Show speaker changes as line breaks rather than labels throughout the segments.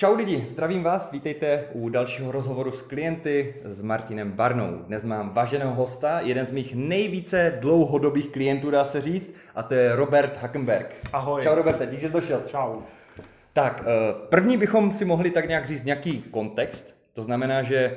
Čau lidi, zdravím vás, vítejte u dalšího rozhovoru s klienty s Martinem Barnou. Dnes mám váženého hosta, jeden z mých nejvíce dlouhodobých klientů, dá se říct, a to je Robert Hackenberg.
Ahoj.
Čau Roberte, díky, že jsi došel.
Čau.
Tak, první bychom si mohli tak nějak říct nějaký kontext, to znamená, že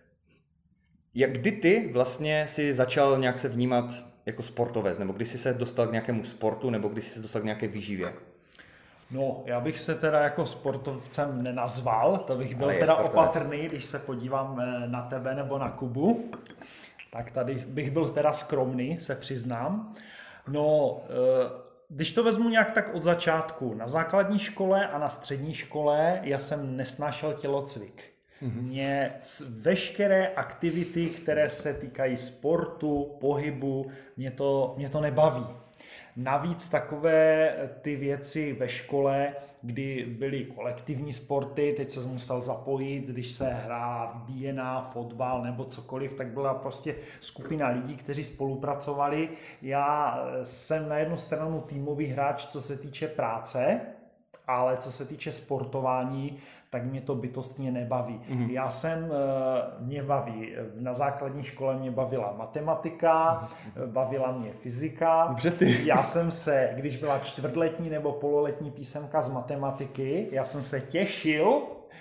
kdy ty vlastně si začal nějak se vnímat jako sportovec, nebo kdy jsi se dostal k nějakému sportu, nebo kdy jsi se dostal k nějaké výživě?
No, já bych se teda jako sportovcem nenazval, to bych byl
Ale
teda
sportovec.
opatrný, když se podívám na tebe nebo na Kubu. Tak tady bych byl teda skromný, se přiznám. No, když to vezmu nějak tak od začátku, na základní škole a na střední škole já jsem nesnášel tělocvik. Mě veškeré aktivity, které se týkají sportu, pohybu, mě to nebaví. Navíc takové ty věci ve škole, kdy byly kolektivní sporty, teď se musel zapojit, když se hrá bíjená, fotbal nebo cokoliv, tak byla prostě skupina lidí, kteří spolupracovali. Já jsem na jednu stranu týmový hráč, co se týče práce, ale co se týče sportování, tak mě to bytostně nebaví. Mě baví, na základní škole mě bavila matematika, bavila mě fyzika.
Dobře ty.
Já jsem se, když byla čtvrtletní nebo pololetní písemka z matematiky, já jsem se těšil,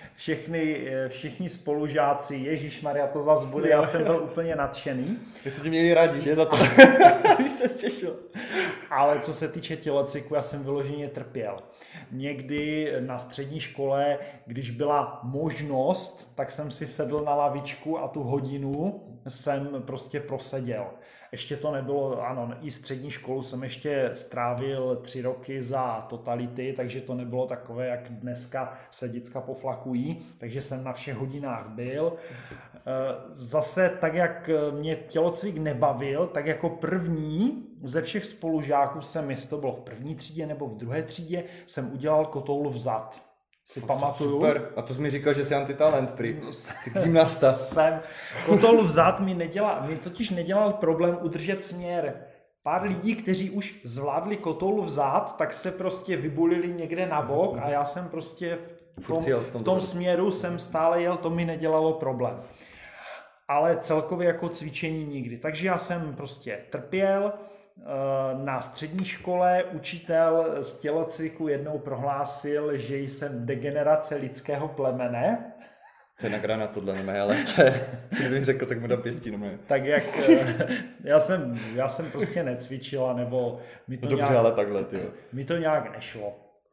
všichni spolužáci, ježišmarja, to zas bude, já jsem byl úplně nadšený.
Vy jste měli rádi, že, za to, když se těšil.
Ale co se týče tělocviku, já jsem vyloženě trpěl. Někdy na střední škole, když byla možnost, tak jsem si sedl na lavičku a tu hodinu jsem prostě proseděl. Ještě to nebylo, ano, i střední školu jsem ještě strávil 3 roky za totality, takže to nebylo takové, jak dneska se děcka poflakují, takže jsem na všech hodinách byl. Zase tak, jak mě tělocvik nebavil, tak jako první ze všech spolužáků jsem, jestli to bylo v první třídě nebo v druhé třídě, jsem udělal kotoul vzad. Si pamatuju.
Super, a to jsi mi říkal, že jsi antitalent prý. Gymnasta.
Kotoul vzad mi totiž nedělal problém udržet směr. Pár lidí, kteří už zvládli kotoul vzad, tak se prostě vybulili někde na bok a já jsem prostě v tom směru jsem stále jel, to mi nedělalo problém. Ale celkově jako cvičení nikdy. Takže já jsem prostě trpěl. Na střední škole učitel z tělocviku jednou prohlásil, že jsem degenerace lidského plemene.
To je nagrana tohle, ne, ale to je, co kdybych řekl, tak mu dám pěstí, ne.
Tak jak, já jsem prostě necvičila, nebo mi to,
dobře, ale takhle,
mi to nějak nešlo.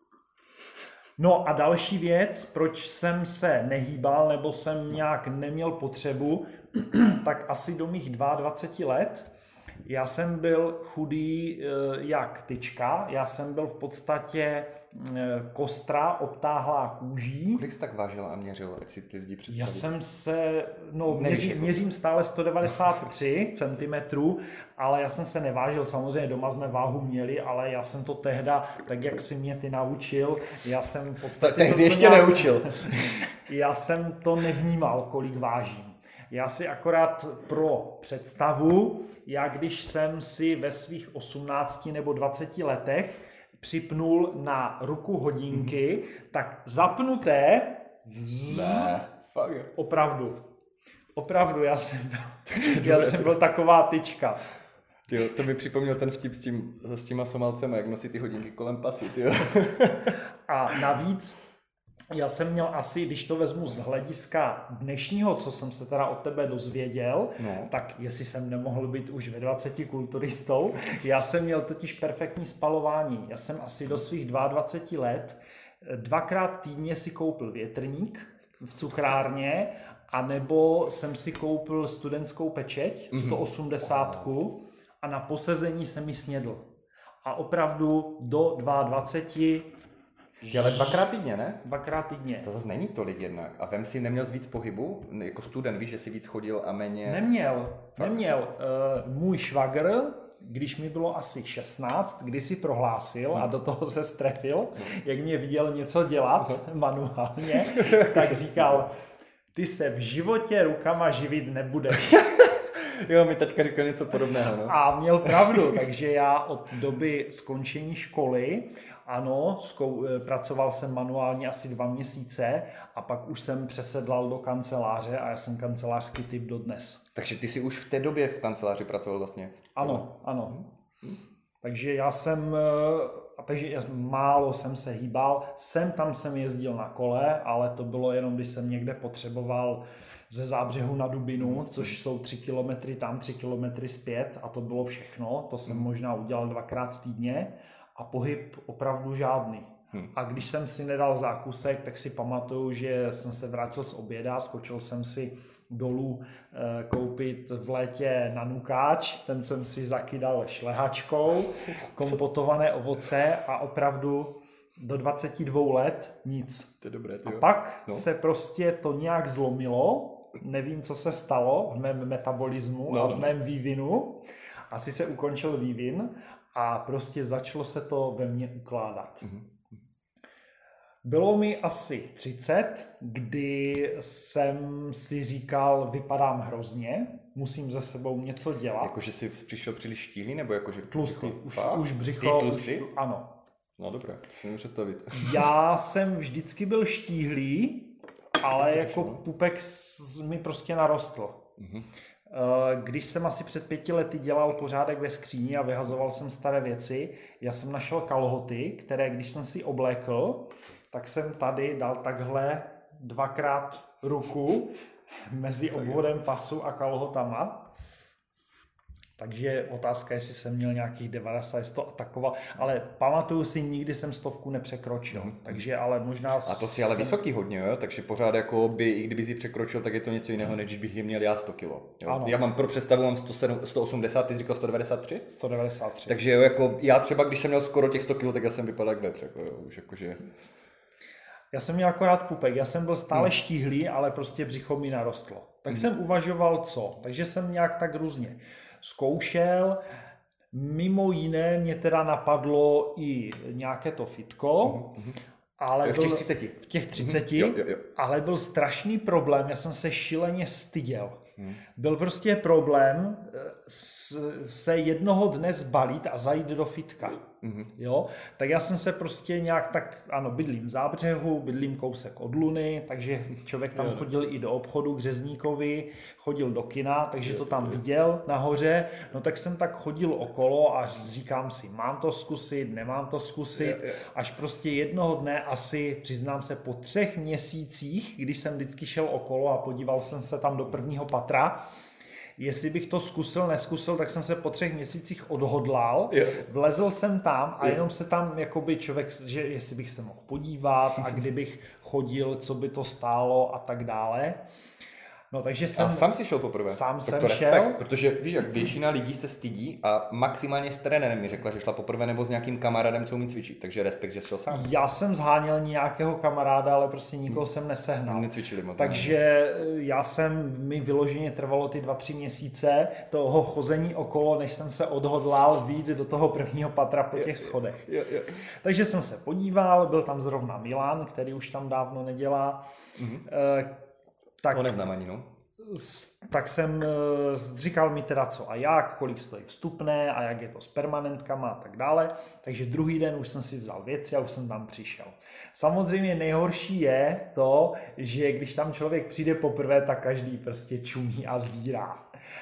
No a další věc, proč jsem se nehýbal, nebo jsem nějak neměl potřebu, tak asi do mých 22 let, já jsem byl chudý jak tyčka, já jsem byl v podstatě kostra obtáhlá kůží.
Kolik jsi tak vážil a měřil, jak si ty lidi představí?
Já jsem se, měřím stále 193 cm, ale já jsem se nevážil, samozřejmě doma jsme váhu měli, ale já jsem to tehda, tak jak si mě ty naučil, já jsem v podstatě...
Tehdy ještě neučil.
Já jsem to nevnímal, kolik vážím. Já si akorát pro představu, když jsem si ve svých 18 nebo 20 letech připnul na ruku hodinky, tak zapnuté, opravdu, já jsem byl taková tyčka.
Tyjo, to mi připomněl ten vtip s těma Somálcema, jak nosí ty hodinky kolem pasu. Tyjo.
A navíc já jsem měl asi, když to vezmu z hlediska dnešního, co jsem se teda od tebe dozvěděl, tak jestli jsem nemohl být už ve 20 kulturistou, já jsem měl totiž perfektní spalování. Já jsem asi do svých 22 let 2krát týdně si koupil větrník v cukrárně, anebo jsem si koupil studentskou pečeť, 180 a na posezení jsem ji snědl. A opravdu do 22.
Ale 2krát týdně, ne?
2krát týdně.
To zase není tolik jednak. A vem si, neměl jsi víc pohybu? Jako student, víš, že jsi víc chodil a méně...
Neměl. Můj švagr, když mi bylo asi 16, když si prohlásil a do toho se strefil, jak mě viděl něco dělat manuálně, tak říkal, ty se v životě rukama živit nebudeš.
Jo, mi taťka říkal něco podobného. No?
A měl pravdu, takže já od doby skončení školy Ano, pracoval jsem manuálně asi 2 měsíce a pak už jsem přesedlal do kanceláře a já jsem kancelářský typ dodnes.
Takže ty jsi už v té době v kanceláři pracoval vlastně?
Ano. Takže málo jsem se hýbal, tam jsem jezdil na kole, ale to bylo jenom, když jsem někde potřeboval ze Zábřehu na Dubinu, což jsou 3 kilometry tam, 3 kilometry zpět a to bylo všechno. To jsem možná udělal 2krát týdně a pohyb opravdu žádný. A když jsem si nedal zákusek, tak si pamatuju, že jsem se vrátil z oběda, skočil jsem si dolů koupit v létě na nukáč, ten jsem si zakydal šlehačkou, kompotované ovoce a opravdu do 22 let nic.
To je dobré,
a pak se prostě to nějak zlomilo, nevím, co se stalo v mém metabolismu a v mém vývinu. Asi se ukončil vývin a prostě začalo se to ve mně ukládat. Bylo mi asi 30, kdy jsem si říkal, vypadám hrozně, musím se sebou něco dělat.
Jakože jsi přišel příliš štíhlý, nebo jakože...
Tlustý, už břicho, ano.
No dobré, to si nemůžu představit.
Já jsem vždycky byl štíhlý, ale jako pupek mi prostě narostl. Když jsem asi před 5 lety dělal pořádek ve skříni a vyhazoval jsem staré věci, já jsem našel kalhoty, které když jsem si oblékl, tak jsem tady dal takhle 2krát ruku mezi obvodem pasu a kalhotama. Takže otázka, jestli jsem měl nějakých 90, 100 a taková, ale pamatuju si, nikdy jsem 100 nepřekročil, takže ale možná...
A to si ale vysoký hodně, jo? Takže pořád jako by, i kdyby si překročil, tak je to něco jiného, než bych je měl já 100 kilo. Já mám pro představu, mám 180, ty jsi říkal 193?
193.
Takže jo, jako já třeba, když jsem měl skoro těch 100 kilo, tak já jsem vypadal jak vepř, jako, už jakože...
Já jsem měl akorát pupek, já jsem byl stále štíhlý, ale prostě břicho mi narostlo. Tak jsem uvažoval co, takže jsem nějak tak různě zkoušel, mimo jiné mě teda napadlo i nějaké to fitko, ale
v těch 30.
V těch 30, ale byl strašný problém, já jsem se šíleně styděl. Byl prostě problém se jednoho dne zbalit a zajít do fitka. Jo? Tak já jsem se prostě nějak tak, ano, bydlím v Zábřehu, bydlím kousek od Luny, takže člověk tam chodil i do obchodu k Řezníkovi, chodil do kina, takže to tam viděl nahoře, no tak jsem tak chodil okolo a říkám si, mám to zkusit, nemám to zkusit, až prostě jednoho dne asi, přiznám se, po 3 měsících, když jsem vždycky šel okolo a podíval jsem se tam do prvního patra, jestli bych to neskusil, tak jsem se po 3 měsících odhodlal, vlezl jsem tam a jenom se tam jakoby člověk, že jestli bych se mohl podívat a kdybych chodil, co by to stálo a tak dále. No, takže jsem...
A sám si šel poprvé?
Sám
tak
jsem
to
šel.
Respekt, protože víš, jak většina lidí se stydí a maximálně s trenérem mi řekla, že šla poprvé nebo s nějakým kamarádem, co umí cvičit, takže respekt, že šel sám.
Já jsem zháněl nějakého kamaráda, ale prostě nikoho jsem nesehnal.
Necvičili moc.
Takže mi vyloženě trvalo ty 2-3 měsíce toho chození okolo, než jsem se odhodlal vyjít do toho prvního patra po těch schodech. Takže jsem se podíval, byl tam zrovna Milan, který už tam dávno nedělá.
Tak, ho neznám ani, no.
Tak jsem říkal mi teda co a jak, kolik stojí vstupné a jak je to s permanentkama a tak dále. Takže druhý den už jsem si vzal věci a už jsem tam přišel. Samozřejmě nejhorší je to, že když tam člověk přijde poprvé, tak každý prostě čumí a zírá.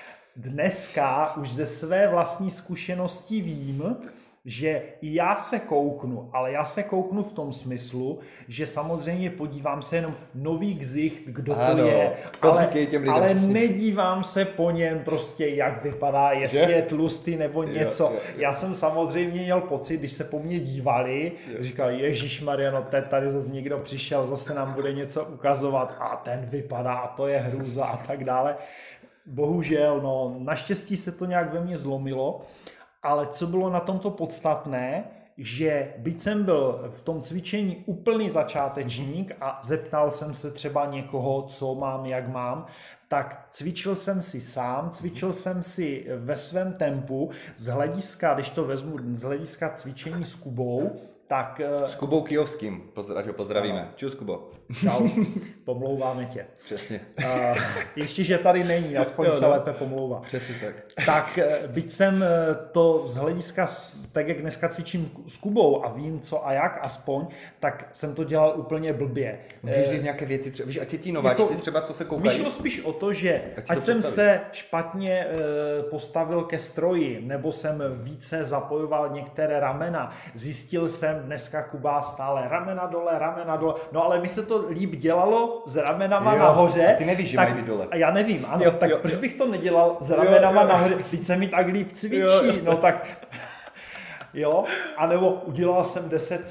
Dneska už ze své vlastní zkušenosti vím, že já se kouknu, ale já se kouknu v tom smyslu, že samozřejmě podívám se jenom nový ksicht, kdo to je, ale nedívám se po něm prostě, jak vypadá, jestli je tlustý nebo něco. Já jsem samozřejmě měl pocit, když se po mně dívali, říkal, ježišmarja, no tady zase někdo přišel, zase nám bude něco ukazovat a ten vypadá a to je hrůza a tak dále. Bohužel, no naštěstí se to nějak ve mně zlomilo. Ale co bylo na tomto podstatné, že byť jsem byl v tom cvičení úplný začátečník a zeptal jsem se třeba někoho, co mám, jak mám, tak cvičil jsem si sám, cvičil jsem si ve svém tempu z hlediska, když to vezmu z hlediska cvičení s Kubou, tak...
S Kubou Kyjovským, ať ho pozdravíme. Čus, Kubo.
Čau, pomlouváme tě.
Přesně.
Ještě, že tady není, aspoň se lépe pomlouvá.
Přesně tak.
Tak byť jsem to z hlediska, tak jak dneska cvičím s Kubou a vím co a jak aspoň, tak jsem to dělal úplně blbě.
Můžeš říct nějaké věci, třeba, víš, ať si ti nováčci třeba, co se koukají.
Myšlo spíš o to, že ať jsem se špatně postavil ke stroji, nebo jsem více zapojoval některé ramena. Zjistil jsem, dneska Kuba stále ramena dole, no ale mi se to líp dělalo s ramenama nahoře.
A ty nevíš, že mají být dole.
A já nevím, ano, tak proč bych to nedělal s ramenama nahoře, teď se mi tak líp cvičí, no tak... Jo, anebo udělal jsem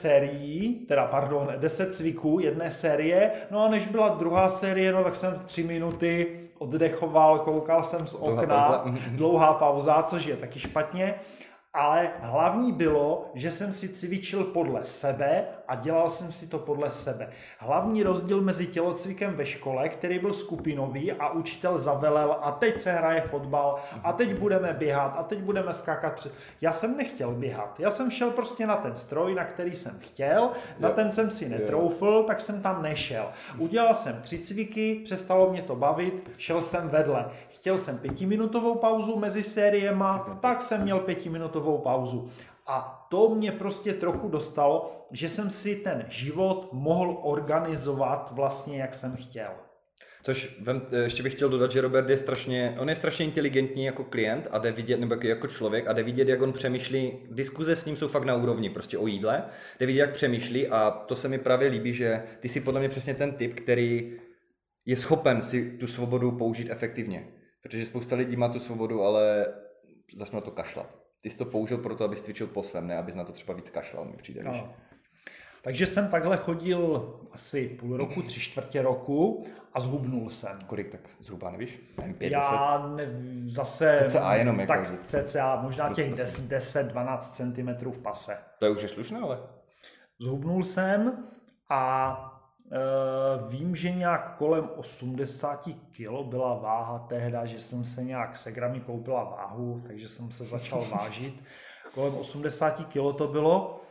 10 cviků jedné série, no a než byla druhá série, no tak jsem 3 minuty oddechoval, koukal jsem z okna, dlouhá pauza, což je taky špatně, ale hlavní bylo, že jsem si cvičil podle sebe a dělal jsem si to podle sebe. Hlavní rozdíl mezi tělocvikem ve škole, který byl skupinový a učitel zavelel a teď se hraje fotbal a teď budeme běhat a teď budeme skákat. Já jsem nechtěl běhat, já jsem šel prostě na ten stroj, na který jsem chtěl, na ten jsem si netroufl, tak jsem tam nešel. Udělal jsem 3 cviky, přestalo mě to bavit, šel jsem vedle. Chtěl jsem 5minutovou pauzu mezi sériema, tak jsem měl 5minutovou pauzu. A to mě prostě trochu dostalo, že jsem si ten život mohl organizovat vlastně, jak jsem chtěl.
Což ještě bych chtěl dodat, že Robert je strašně inteligentní jako klient a jde vidět, nebo jako člověk a jde vidět, jak on přemýšlí. Diskuze s ním jsou fakt na úrovni, prostě o jídle. Jde vidět, jak přemýšlí a to se mi právě líbí, že ty jsi podle mě přesně ten typ, který je schopen si tu svobodu použít efektivně. Protože spousta lidí má tu svobodu, ale začnou na to kašlat. Ty jsi to použil proto, abys cvičil po svém, ne abys na to třeba víc kašlal, mi přijde. No.
Takže jsem takhle chodil asi půl roku, 3/4 roku a zhubnul jsem.
Kolik tak zhruba, nevíš? 5,
já zase
cca jenom jako
tak cca možná těch 10-12 cm v pase.
To je už slušné, ale.
Zhubnul jsem a vím, že nějak kolem 80 kg byla váha tehda, že jsem se nějak Segrami koupila váhu, takže jsem se začal vážit. Kolem 80 kg to bylo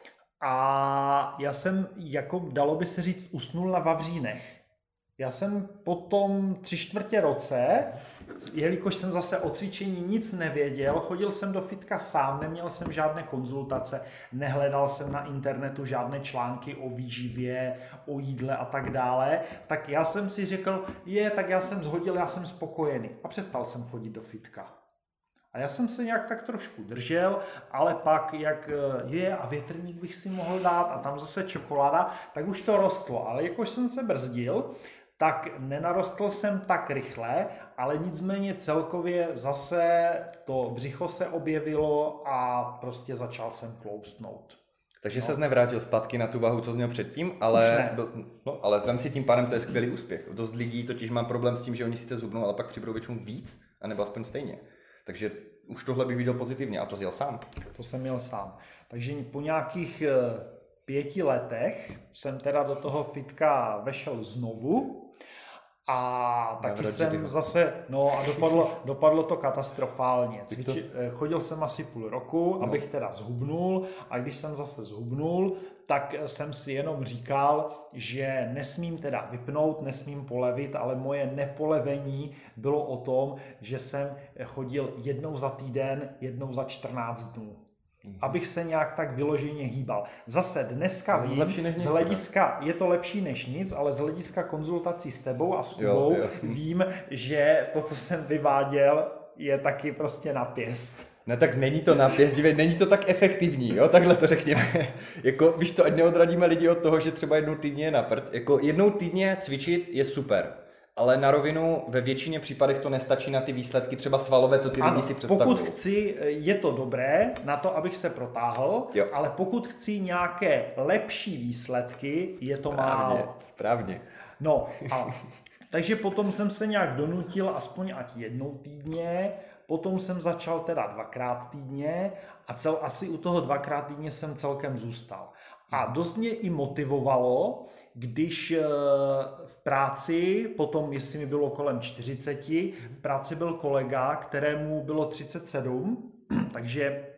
a já jsem, jako dalo by se říct, usnul na vavřínech. Já jsem po tom 3/4 roce, jelikož jsem zase o cvičení nic nevěděl, chodil jsem do fitka sám, neměl jsem žádné konzultace, nehledal jsem na internetu žádné články o výživě, o jídle a tak dále, tak já jsem si řekl, tak já jsem zhodil, já jsem spokojený a přestal jsem chodit do fitka. A já jsem se nějak tak trošku držel, ale pak jak a větrník bych si mohl dát a tam zase čokoláda, tak už to rostlo, ale jakož jsem se brzdil, tak nenarostl jsem tak rychle, ale nicméně celkově zase to břicho se objevilo a prostě začal jsem tloustnout.
Takže ses nevrátil zpátky na tu váhu, co měl předtím, ale vem si tím pádem, to je skvělý úspěch. Dost lidí totiž má problém s tím, že oni sice zhubnou, ale pak přiberou většinou víc, anebo aspoň stejně. Takže už tohle bych viděl pozitivně a to jel sám.
To jsem měl sám. Takže po nějakých 5 letech jsem teda do toho fitka vešel znovu a taky jsem zase, a dopadlo to katastrofálně. Chodil jsem asi půl roku, abych teda zhubnul a když jsem zase zhubnul, tak jsem si jenom říkal, že nesmím teda vypnout, nesmím polevit, ale moje nepolevení bylo o tom, že jsem chodil jednou za týden, jednou za 14 dnů. Abych se nějak tak vyloženě hýbal. Zase dneska vím, z hlediska, je to lepší než nic, ale z hlediska konzultací s tebou a s Kubou vím, že to, co jsem vyváděl, je taky prostě na pěst.
No tak není to na pěst, není to tak efektivní, jo, takhle to řekněme. Jako, víš co, ať neodradíme lidi od toho, že třeba jednou týdně je na prd. Jako jednou týdně cvičit je super. Ale na rovinu ve většině případech to nestačí na ty výsledky třeba svalové, co ty lidi si představují.
Pokud chci, je to dobré na to, abych se protáhl, ale pokud chci nějaké lepší výsledky, je to málo.
Správně.
No a takže potom jsem se nějak donutil aspoň ať jednou týdně, potom jsem začal teda 2krát týdně a asi u toho 2krát týdně jsem celkem zůstal. A dost mě i motivovalo, když v práci, potom jestli mi bylo kolem 40, v práci byl kolega, kterému bylo 37, takže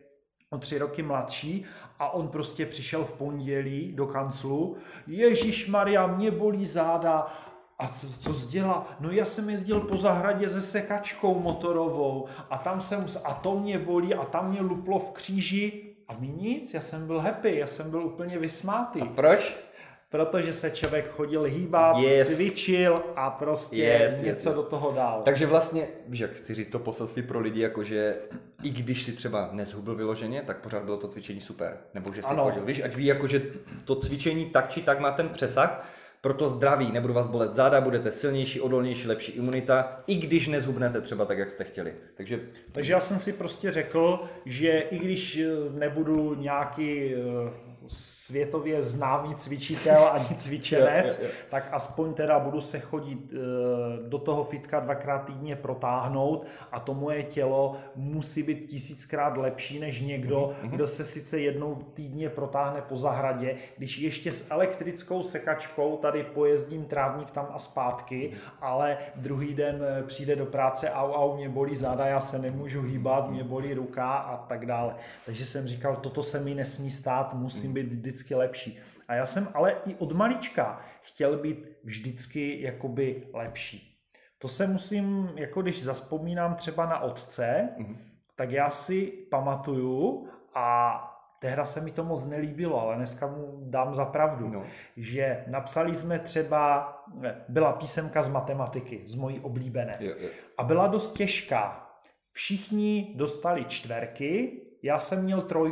o 3 roky mladší a on prostě přišel v pondělí do kanclu. Ježišmarja, mě bolí záda. A co jsi dělal? No já jsem jezdil po zahradě se sekačkou motorovou a tam a to mě bolí a tam mě luplo v kříži. A mi nic, já jsem byl happy, já jsem byl úplně vysmátý.
A proč?
Protože se člověk chodil hýbat, cvičil a prostě něco do toho dal.
Takže vlastně, víš, jak chci říct to poselství pro lidi, jakože i když si třeba nezhubil vyloženě, tak pořád bylo to cvičení super. Nebo že si chodil, víš, ať ví, jakože to cvičení tak či tak má ten přesah, pro to zdraví, nebudu vás bolet záda, budete silnější, odolnější, lepší imunita, i když nezhubnete třeba tak, jak jste chtěli. Takže
já jsem si prostě řekl, že i když nebudu nějaký světově známý cvičitel ani cvičenec, tak aspoň teda budu se chodit do toho fitka 2krát týdně protáhnout a to moje tělo musí být 1000krát lepší než někdo, kdo se sice jednou týdně protáhne po zahradě, když ještě s elektrickou sekačkou tady pojezdím trávník tam a zpátky, ale druhý den přijde do práce, au, mě bolí záda, já se nemůžu hýbat, mě bolí ruka a tak dále. Takže jsem říkal, toto se mi nesmí stát, musím být vždycky lepší. A já jsem ale i od malička chtěl být vždycky jakoby lepší. To se musím, jako když zavzpomínám třeba na otce, tak já si pamatuju a tehda se mi to moc nelíbilo, ale dneska mu dám za pravdu, že napsali jsme třeba, byla písemka z matematiky, z mojí oblíbené, a byla dost těžká. Všichni dostali 4, já jsem měl 3.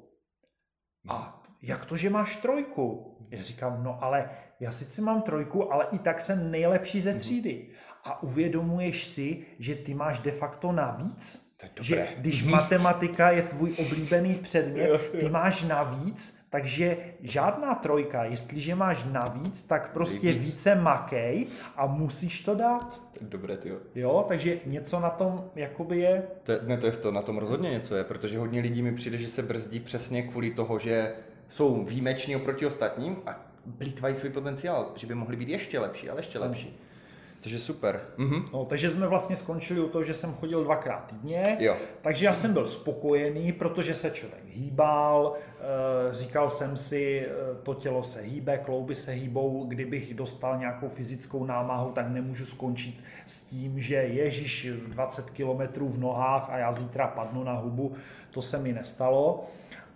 A jak to, že máš 3? Já říkám, no ale já sice mám 3, ale i tak jsem nejlepší ze třídy. A uvědomuješ si, že ty máš de facto navíc? Že když matematika je tvůj oblíbený předmět, ty máš navíc, takže žádná 3. Jestliže máš navíc, tak prostě více makej a musíš to dát.
Dobré, tyjo.
Jo, takže něco na tom jakoby je.
Na tom rozhodně něco je, protože hodně lidí mi přijde, že se brzdí přesně kvůli toho, že jsou výjimeční oproti ostatním a plýtvají svůj potenciál, že by mohli být ještě lepší, ale ještě lepší. Což je super.
No, takže jsme vlastně skončili u toho, že jsem chodil 2krát týdně, takže já jsem byl spokojený, protože se člověk hýbal, říkal jsem si, to tělo se hýbe, klouby se hýbou, kdybych dostal nějakou fyzickou námahu, tak nemůžu skončit s tím, že ježiš 20 kilometrů v nohách a já zítra padnu na hubu, to se mi nestalo.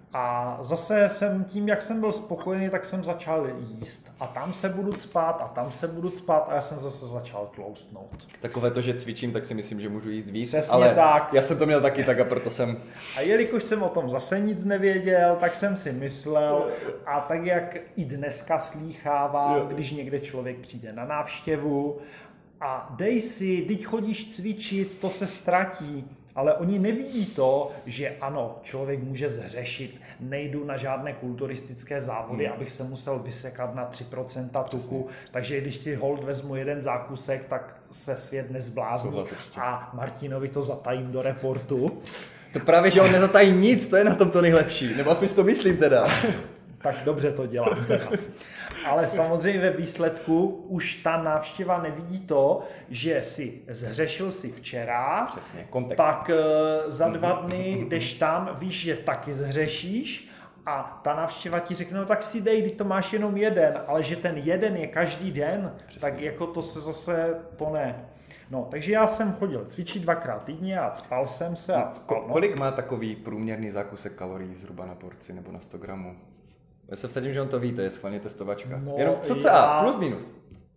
A zase jsem tím, jak jsem byl spokojený, tak jsem začal jíst. A tam se budu cpát, a tam se budu cpát a já jsem zase začal tloustnout.
Takové to, že cvičím, tak si myslím, že můžu jíst víc.
Přesně
ale
tak.
Já jsem to měl taky tak a proto jsem...
A jelikož jsem o tom zase nic nevěděl, tak jsem si myslel a tak jak i dneska slýchávám, když někde člověk přijde na návštěvu a dej si, teď chodíš cvičit, to se ztratí. Ale oni nevidí to, že ano, člověk může zhřešit. Nejdu na žádné kulturistické závody, abych se musel vysekat na 3% tuku. Takže když si hold vezmu jeden zákusek, tak se svět nezblázní. A Martinovi to zatajím do reportu.
To právě, že on nezatají nic, to je na tom to nejlepší. Nebo aspoň si to myslím teda.
Tak dobře to dělám teda. Ale samozřejmě ve výsledku už ta návštěva nevidí to, že si zhřešil si včera,
přesně, kontext.
Tak za 2 dny jdeš tam, víš, že taky zhřešíš a ta návštěva ti řekne, no tak si dej, když to máš jenom jeden, ale že ten jeden je každý den, přesně. Tak jako to se zase, to ne. No, takže já jsem chodil cvičit 2krát týdně a cpal jsem se a cpal.
Kolik má takový průměrný zákusek kalorií zhruba na porci nebo na 100 gramů? Já se vsadím, že on to ví, to je schválně testovačka. No, jenom cca, plus minus.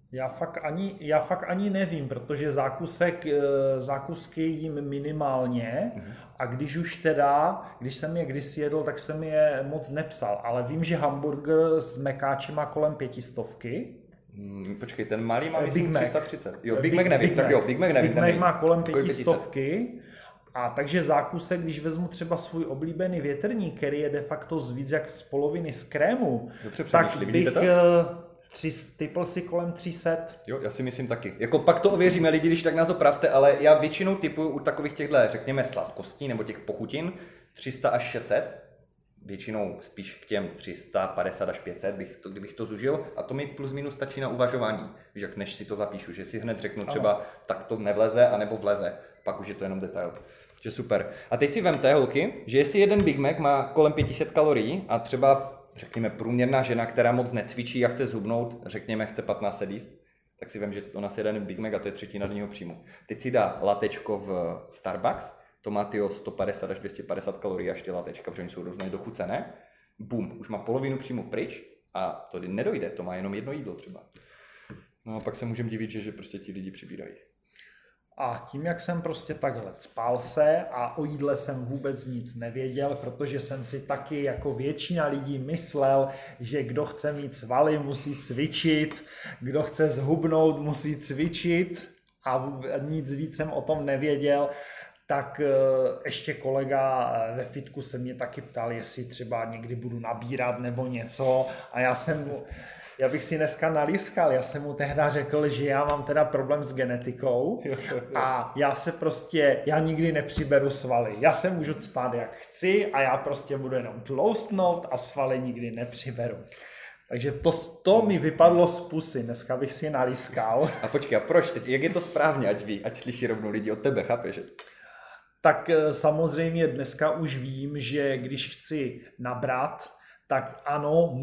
Já fakt ani nevím, protože zákusky jím minimálně a když už teda, když jsem je kdysi jedl, tak jsem je moc nepsal, ale vím, že hamburger s mekáčem má kolem 500.
Počkej, ten malý má myslím 330. Jo, Big Mac nevím, tak jo, Big Mac nevím.
Big Mac má kolem 500. A takže zákusek, když vezmu třeba svůj oblíbený větrník, který je de facto víc jak z poloviny z krému, tak bych typl si kolem 300.
Jo, já si myslím taky. Jako pak to ověříme lidi, když tak nás opravte, ale já většinou typuju u takových těchto, řekněme, sladkostí nebo těch pochutin 300 až 600. Většinou spíš k těm 350 až 500, kdybych to zužil, a to mi plus minus stačí na uvažování, že než si to zapíšu, že si hned řeknu třeba, tak to nevleze, anebo vleze, pak už je to jenom detail. Že super. A teď si vemte, holky, že jestli jeden Big Mac má kolem 500 kalorií a třeba, řekněme, průměrná žena, která moc necvičí a chce zhubnout, řekněme, chce 15 jíst, tak si vem, že ona si jede jeden Big Mac a to je třetina denního příjmu. Teď si dá latečko v Starbucks, to má 150 až 250 kalorií až ty latečka, protože oni jsou různě dochucené. Bum, už má polovinu příjmu pryč a to nedojde, to má jenom jedno jídlo třeba. No a pak se můžeme divit, že prostě ti lidi přibírají.
A tím, jak jsem prostě takhle cpal se a o jídle jsem vůbec nic nevěděl, protože jsem si taky jako většina lidí myslel, že kdo chce mít svaly, musí cvičit, kdo chce zhubnout, musí cvičit a nic víc jsem o tom nevěděl, tak ještě kolega ve fitku se mě taky ptal, jestli třeba někdy budu nabírat nebo něco a já bych si dneska nalískal, já jsem mu tehda řekl, že já mám teda problém s genetikou a já nikdy nepřiberu svaly. Já se můžu cpát jak chci a já prostě budu jenom tloustnout a svaly nikdy nepřiberu. Takže to mi vypadlo z pusy, dneska bych si nalískal.
A počkej, a proč teď, jak je to správně, ať slyší rovnou lidi od tebe, chápeš?
Tak samozřejmě dneska už vím, že když chci nabrat, tak ano,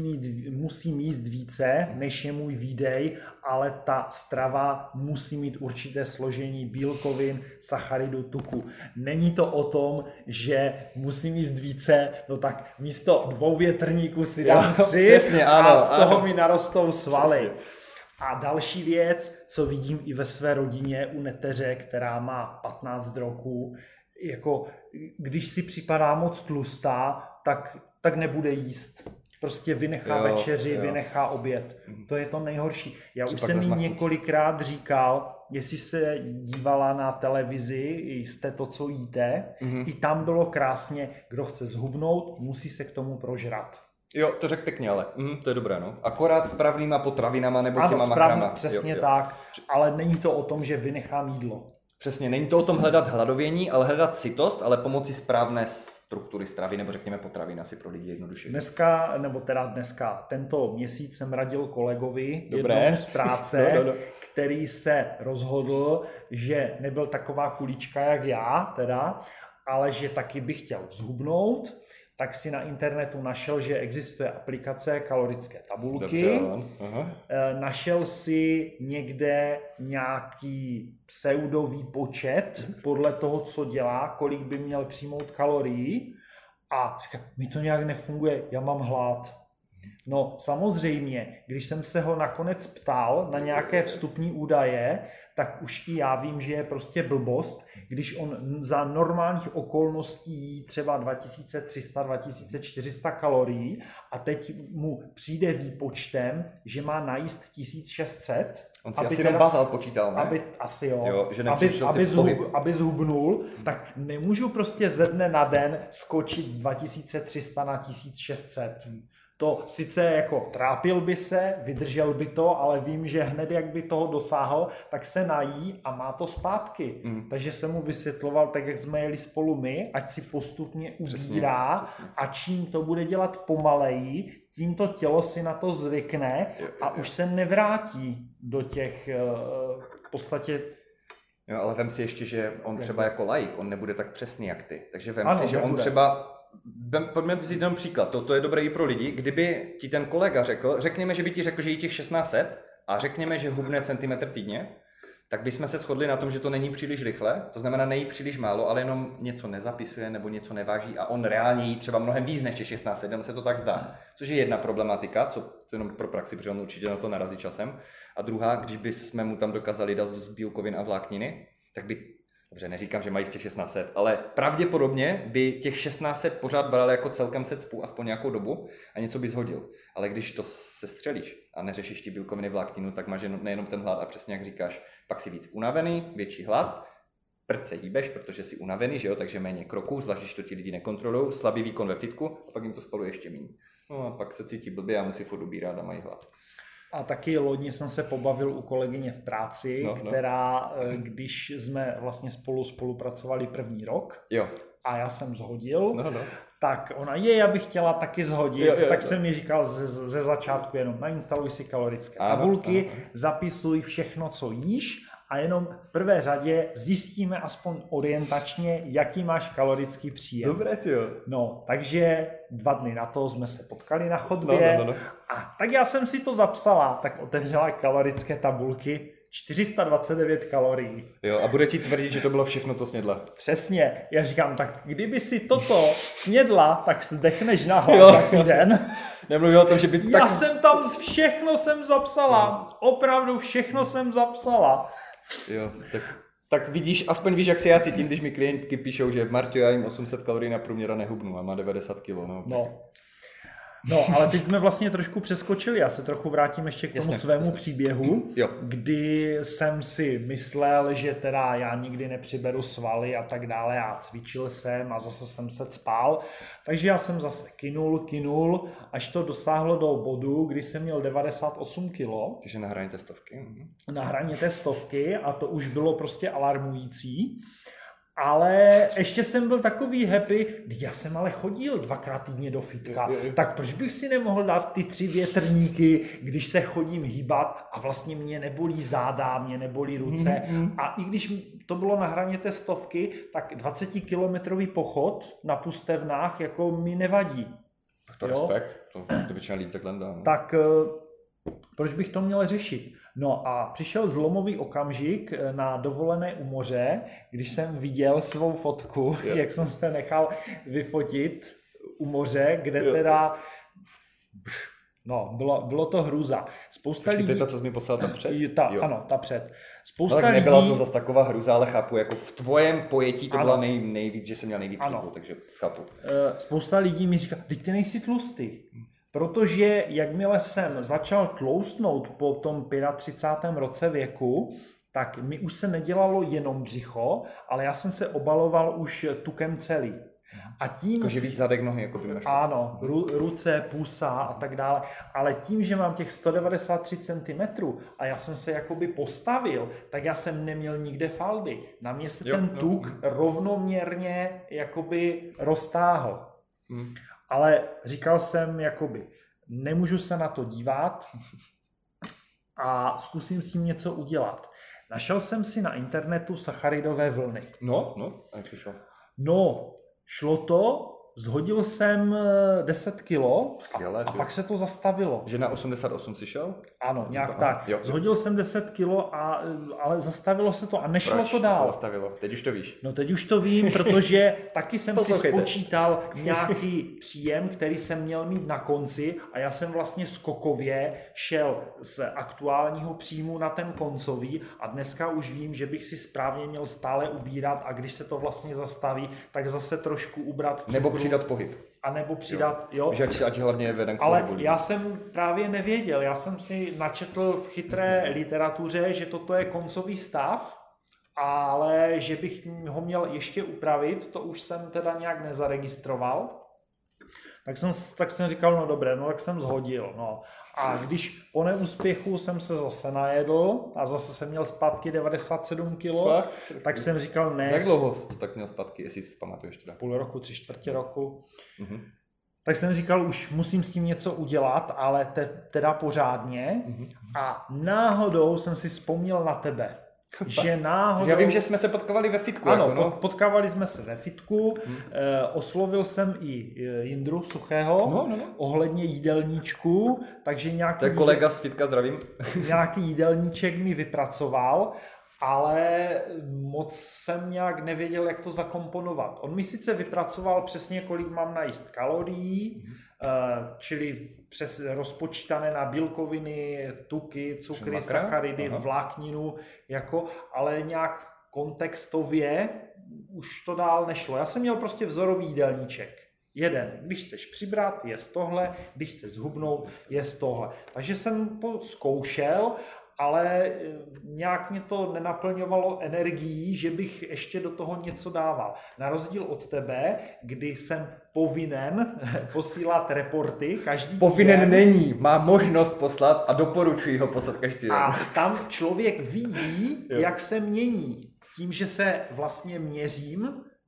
musím jíst více, než je můj výdej, ale ta strava musí mít určité složení bílkovin, sacharidu, tuku. Není to o tom, že musím jíst více, no tak místo 2 větrníků si dám 3 a z toho mi narostou svaly. Přesně. A další věc, co vidím i ve své rodině u neteře, která má 15 roků, jako když si připadá moc tlustá, tak nebude jíst. Prostě vynechá večeři, vynechá oběd. To je to nejhorší. Já už jsem jí několikrát říkal, jestli se dívala na televizi, jste to, co jíte, i tam bylo krásně, kdo chce zhubnout, musí se k tomu prožrat.
Jo, to řekl pěkně, ale to je dobré, no. Akorát s pravnýma potravinama nebo těma makrama.
Přesně tak, ale není to o tom, že vynechám jídlo.
Přesně, není to o tom hledat hladovění, ale hledat sytost, ale pomocí správné struktury stravy, nebo řekněme potravin, asi pro lidi jednoduše.
Dneska, tento měsíc jsem radil kolegovi jednomu z práce, který se rozhodl, že nebyl taková kulička jak já, ale že taky by chtěl zhubnout, tak si na internetu našel, že existuje aplikace kalorické tabulky. Našel si někde nějaký pseudový počet podle toho, co dělá, kolik by měl přijmout kalorií a říká, mi to nějak nefunguje, já mám hlad. No samozřejmě, když jsem se ho nakonec ptal na nějaké vstupní údaje, tak už i já vím, že je prostě blbost, když on za normálních okolností jí třeba 2300-2400 kalorií a teď mu přijde výpočtem, že má najíst 1600.
On si asi bazál počítal, ne?
Asi jo že aby zhubnul, tak nemůžu prostě ze dne na den skočit z 2300 na 1600. To sice jako trápil by se, vydržel by to, ale vím, že hned jak by toho dosáhl, tak se nají a má to zpátky. Takže jsem mu vysvětloval, tak jak jsme jeli spolu my, ať si postupně ubírá a čím to bude dělat pomaleji, tím to tělo si na to zvykne a už se nevrátí do těch v podstatě.
Jo, ale vem si ještě, že on třeba jako laik, on nebude tak přesný jak ty. Takže vem si, že on třeba. Pojďme vzít jenom příklad, to je dobré i pro lidi. Kdyby ti ten kolega řekněme, že by ti řekl, že jí těch 1600 a řekněme, že hubne centimetr týdně, tak bychom se shodli na tom, že to není příliš rychle, to znamená nejí příliš málo, ale jenom něco nezapisuje nebo něco neváží a on reálně jí třeba mnohem víc než těch 1600, jenom se to tak zdá. Což je jedna problematika, co jenom pro praxi, protože on určitě na to narazí časem. A druhá, když bychom mu tam dokázali dát dost bílkovin a vlákniny, tak by. Dobře, neříkám, že mají z těch 1600, ale pravděpodobně by těch 1600 pořád bral jako celkem se cpu aspoň nějakou dobu a něco by zhodil. Ale když to sestřelíš a neřešíš ty bílkoviny vlákninu, tak máš nejenom ten hlad a přesně jak říkáš, pak si víc unavený, větší hlad, prd se hýbeš, protože jsi unavený, že jo, takže méně kroků, zvlášť když to ti lidi nekontrolují, slabý výkon ve fitku a pak jim to spaluje ještě méně. No a pak se cítí blbě a musí furt ubírat a mají hlad.
A taky loni jsem se pobavil u kolegyně v práci, která, když jsme vlastně spolupracovali první rok a já jsem zhodil, tak ona já bych chtěla taky zhodit, tak jsem mi říkal ze začátku jenom nainstaluj si kalorické tabulky, zapisuj všechno, co jíš a jenom v prvé řadě zjistíme aspoň orientačně, jaký máš kalorický příjem.
Dobré, tyjo.
No, takže 2 dny na to jsme se potkali na chodbě a tak já jsem si to zapsala, tak otevřela kalorické tabulky, 429 kalorií.
Jo, a bude ti tvrdit, že to bylo všechno, co snědla.
Přesně. Já říkám, tak kdyby si toto snědla, tak zdechneš na hlad za týden.
Nemluvím o tom, že by
Já jsem tam všechno jsem zapsala. Opravdu všechno jsem zapsala.
Jo, tak vidíš, aspoň víš, jak se já cítím, když mi klientky píšou, že Marťo, já jim 800 kalorií na průměr a nehubnu a má 90 kg.
No, ale teď jsme vlastně trošku přeskočili. Já se trochu vrátím ještě k tomu svému příběhu, kdy jsem si myslel, že teda já nikdy nepřiberu svaly a tak dále. Já cvičil jsem a zase jsem se cpal. Takže já jsem zase kinul, až to dosáhlo do bodu, kdy jsem měl 98 kg.
Takže na hraně testovky.
Na hraně testovky a to už bylo prostě alarmující. Ale ještě jsem byl takový happy, když já jsem ale chodil 2krát týdně do fitka, tak proč bych si nemohl dát ty 3 větrníky, když se chodím hýbat a vlastně mě nebolí záda, mě nebolí ruce. A i když to bylo na hraně té stovky, tak 20-kilometrový pochod na pustevnách jako mi nevadí.
Tak to respekt, to většina lidí takhle dá. No.
Tak proč bych to měl řešit? No a přišel zlomový okamžik na dovolené u moře, když jsem viděl svou fotku, jak jsem se nechal vyfotit u moře, kde teda... No, bylo to hrůza. Spousta lidí...
To je ta, co jsi mi poslal tam před?
Ano, ta před.
Spousta lidí... Nebyla to zase taková hrůza, ale chápu, jako v tvojem pojetí to byla nejvíc, že jsem měl nejvíc kliku, takže chápu.
Spousta lidí mi říká, teď ty nejsi tlustý. Protože jakmile jsem začal tloustnout po tom 35. roce věku, tak mi už se nedělalo jenom břicho, ale já jsem se obaloval už tukem celý. A tím...
Jakože víc zadek nohy, jako by máš.
Ano, ruce, pusa a tak dále. Ale tím, že mám těch 193 cm a já jsem se jakoby postavil, tak já jsem neměl nikde faldy. Na mě se ten tuk rovnoměrně jakoby roztáhl. Ale říkal jsem jakoby, nemůžu se na to dívat a zkusím s tím něco udělat. Našel jsem si na internetu sacharidové vlny.
No, a jak to šlo?
No, šlo to, zhodil jsem 10 kilo.
Skvěle,
a pak se to zastavilo.
Že na 88 si šel?
Ano, nějak tak. Zhodil jsem 10 kilo, ale zastavilo se to a nešlo to dál.
To zastavilo? Teď už to víš.
No teď už to vím, protože taky jsem si spočítal nějaký příjem, který jsem měl mít na konci a já jsem vlastně skokově šel z aktuálního příjmu na ten koncový a dneska už vím, že bych si správně měl stále ubírat a když se to vlastně zastaví, tak zase trošku ubrat cukru.
Nebo přidat pohyb.
A nebo přidat, jo.
Že ať hlavně veden k
ale já jsem právě nevěděl, já jsem si načetl v chytré literatuře, že toto je koncový stav, ale že bych ho měl ještě upravit, to už jsem teda nějak nezaregistroval. Tak jsem říkal, no dobré, no tak jsem zhodil, no. A když po neúspěchu jsem se zase najedl a zase jsem měl zpátky 97 kg, tak jsem říkal ne.
Jak dlouho jsi to tak měl zpátky, jestli si pamatuješ teda?
Půl roku, 3/4 roku. Tak jsem říkal, už musím s tím něco udělat, ale teda pořádně. A náhodou jsem si vzpomněl na tebe. Že náhodou...
Já vím, že jsme se potkávali ve fitku.
Ano,
jako, no.
potkávali jsme se ve fitku. Oslovil jsem i Jindru Suchého ohledně jídelníčku, takže nějaký...
To je kolega z fitka, zdravím. Nějaký
jídelníček mi vypracoval, ale moc jsem nějak nevěděl, jak to zakomponovat. On mi sice vypracoval přesně, kolik mám najíst kalorií, čili přes rozpočítané na bílkoviny, tuky, cukry, sacharidy, vlákninu, ale nějak kontextově už to dál nešlo. Já jsem měl prostě vzorový jídelníček. Jeden, když chceš přibrat, jest tohle, když chceš zhubnout, jest tohle. Takže jsem to zkoušel, ale nějak mě to nenaplňovalo energií, že bych ještě do toho něco dával. Na rozdíl od tebe, kdy jsem povinen posílat reporty každý
Povinen den. Není, má možnost poslat a doporučuji ho poslat každý den.
A tam člověk vidí, jak se mění. Tím, že se vlastně měřím,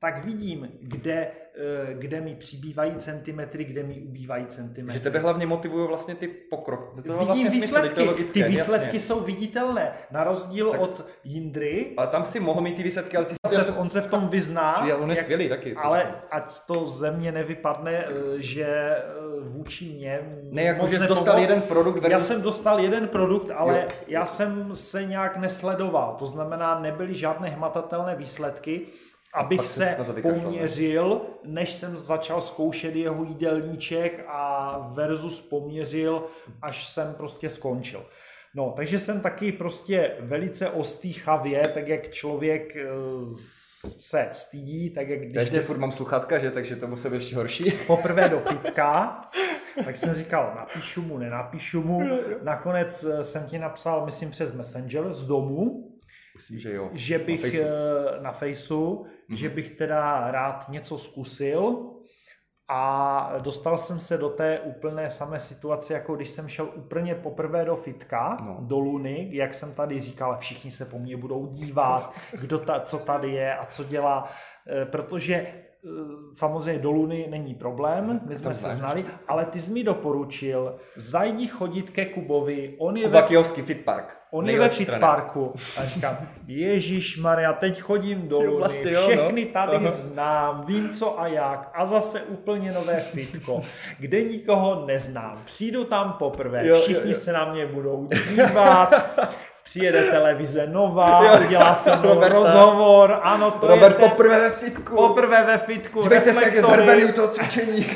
tak vidím, kde mi přibývají centimetry, kde mi ubývají centimetry.
Že tebe hlavně motivují vlastně ty pokrok.
Vidím
vlastně
výsledky,
to logické,
ty výsledky
jasně.
jsou viditelné, na rozdíl od Jindry.
Ale tam si mohl mít ty výsledky, ale ty
On se v tom vyzná,
on je skvělý taky.
ale ať to ze mě nevypadne, že vůči mě
Ne, jako že jsi dostal jeden produkt.
Já jsem dostal jeden produkt, ale já jsem se nějak nesledoval. To znamená, nebyly žádné hmatatelné výsledky, abych se poměřil, než jsem začal zkoušet jeho jídelníček a versus poměřil, až jsem prostě skončil. No, takže jsem taky prostě velice ostýchavě, tak jak člověk se stydí, tak jak když...
Já ještě furt mám sluchátka, že? Takže to musí být ještě horší.
Poprvé do fitka, tak jsem říkal, napíšu mu, nenapíšu mu. Nakonec jsem ti napsal, myslím, přes Messenger z domu,
myslím, že jo.
že bych na Faceu, že bych teda rád něco zkusil a dostal jsem se do té úplné samé situace, jako když jsem šel úplně poprvé do fitka, do Luny, jak jsem tady říkal, všichni se po mně budou dívat, co tady je a co dělá, protože samozřejmě do Luny není problém, my jsme se znali, ale ty jsi mi doporučil, zajdi chodit ke Kubovi, on je ve fitparku a říkám, ježišmarja, teď chodím do Luny, všechny tady znám, vím co a jak a zase úplně nové fitko, kde nikoho neznám, přijdu tam poprvé, všichni se na mě budou dívat, přijede televize Nova, udělá se rozhovor, ano, to
Robert je poprvé ve fitku.
Poprvé ve fitku.
Dívejte se, jak je zhrbený u toho cvičení.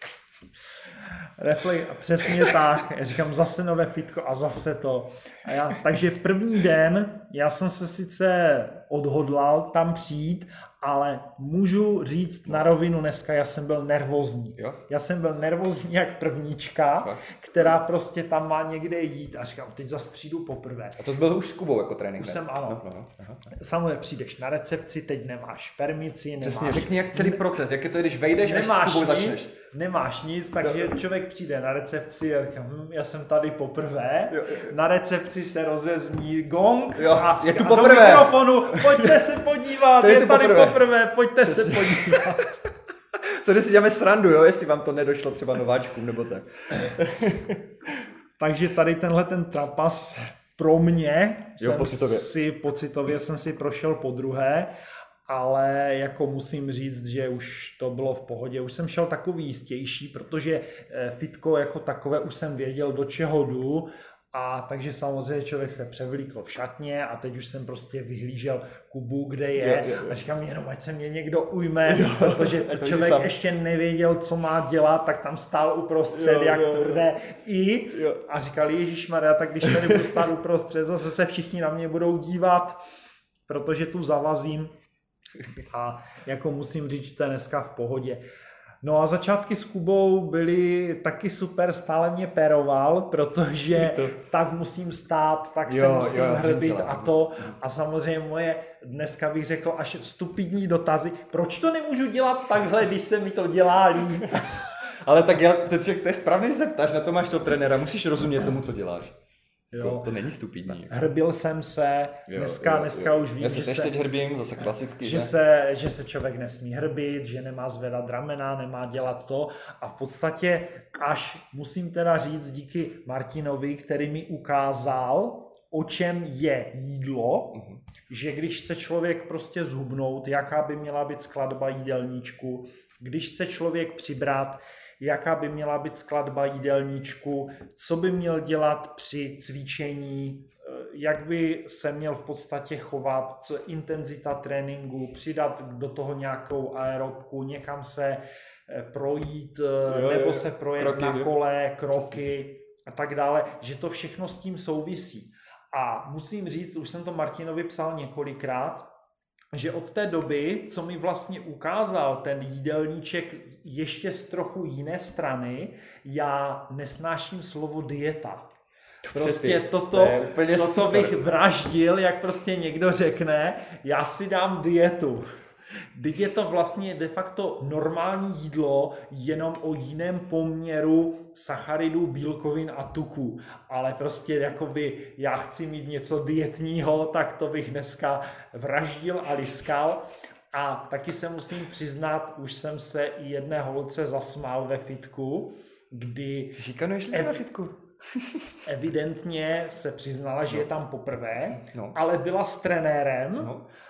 Přesně tak. Já říkám, zase nové fitko a zase to. Takže první den, já jsem se sice odhodlal tam přijít, ale můžu říct na rovinu dneska, já jsem byl nervózní.
Jo?
Já jsem byl nervózní jak prvníčka, která prostě tam má někde jít a říkám, teď zase přijdu poprvé.
A to jsi byl už s Kubou jako trénink?
Už jsem, ano. Samozřejmě přijdeš na recepci, teď nemáš permici, nemáš...
Přesně, řekni jak celý proces, jak je to, když vejdeš, až s Kubou začneš.
Nemáš nic, takže člověk přijde na recepci a říkám, já jsem tady poprvé. Na recepci se rozezní gong a
je tu
do mikrofonu, pojďte se podívat, je tady poprvé, pojďte se podívat.
Co si děláme srandu, jo, jestli vám to nedošlo třeba nováčkům nebo tak.
Takže tady tenhle ten trapas pro mě,
pocitově
jsem si prošel podruhé, ale jako musím říct, že už to bylo v pohodě. Už jsem šel takový jistější, protože fitko jako takové už jsem věděl, do čeho jdu. A takže samozřejmě člověk se převlíkl v šatně a teď už jsem prostě vyhlížel Kubu, kde je. A říkám jenom, ať se mě někdo ujme, protože člověk ještě nevěděl, co má dělat, tak tam stál uprostřed, jak tvrdé i. A říkal, ježišmarja, tak když tady budu stát uprostřed, zase se všichni na mě budou dívat, protože tu zavazím. A jako musím říct, že to je dneska v pohodě. No a začátky s Kubou byly taky super, stále mě péroval, protože tak musím stát, tak se musím hrbit a to. A samozřejmě moje, dneska bych řekl, až stupidní dotazy, proč to nemůžu dělat takhle, když se mi to dělá líp?
Ale tak to je správně, že se ptáš, na to máš to trenéra, musíš rozumět tomu, co děláš. To není stupidní.
Hrbil jsem se, dneska už vím,
že se... teď hrbím, zase klasicky,
že se člověk nesmí hrbit, že nemá zvedat ramena, nemá dělat to a v podstatě až musím teda říct díky Martinovi, který mi ukázal, o čem je jídlo, že když chce člověk prostě zhubnout, jaká by měla být skladba jídelníčku, když chce člověk přibrat, jaká by měla být skladba jídelníčku, co by měl dělat při cvičení, jak by se měl v podstatě chovat, co intenzita tréninku, přidat do toho nějakou aerobku, někam se projít, nebo se projet na kole, kroky a tak dále, že to všechno s tím souvisí. A musím říct, už jsem to Martinovi psal několikrát, že od té doby, co mi vlastně ukázal ten jídelníček ještě z trochu jiné strany, já nesnáším slovo dieta. Prostě toto bych vraždil, jak prostě někdo řekne, já si dám dietu. Teď je to vlastně de facto normální jídlo, jenom o jiném poměru sacharidů, bílkovin a tuků. Ale prostě jakoby já chci mít něco dietního, tak to bych dneska vraždil a liskal. A taky se musím přiznat, už jsem se i jedné holce zasmál ve fitku, kdy
Šikanuješ lidi na fitku?
evidentně se přiznala, že je tam poprvé, ale byla s trenérem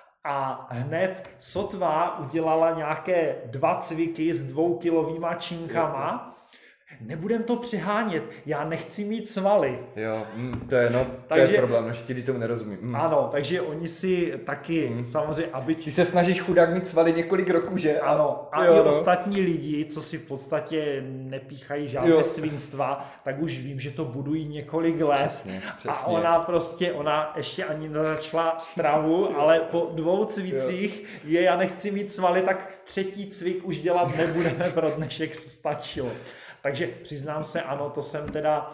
a hned sotva udělala nějaké 2 cviky s 2kilovýma činkama. Nebudem to přehánět, já nechci mít svaly.
Jo, to je problém, že ti tomu nerozumím.
Ano, takže oni si taky samozřejmě, aby...
Ty se snažíš chudák mít svaly několik roků, že?
Ano, a i ostatní lidi, co si v podstatě nepíchají žádné svinstva, tak už vím, že to budují několik let.
Přesně.
A ona ještě ani nezačala stravu, ale po 2 cvicích já nechci mít svaly, tak 3. cvik už dělat nebudeme, pro dnešek stačilo. Takže přiznám se, ano, to jsem teda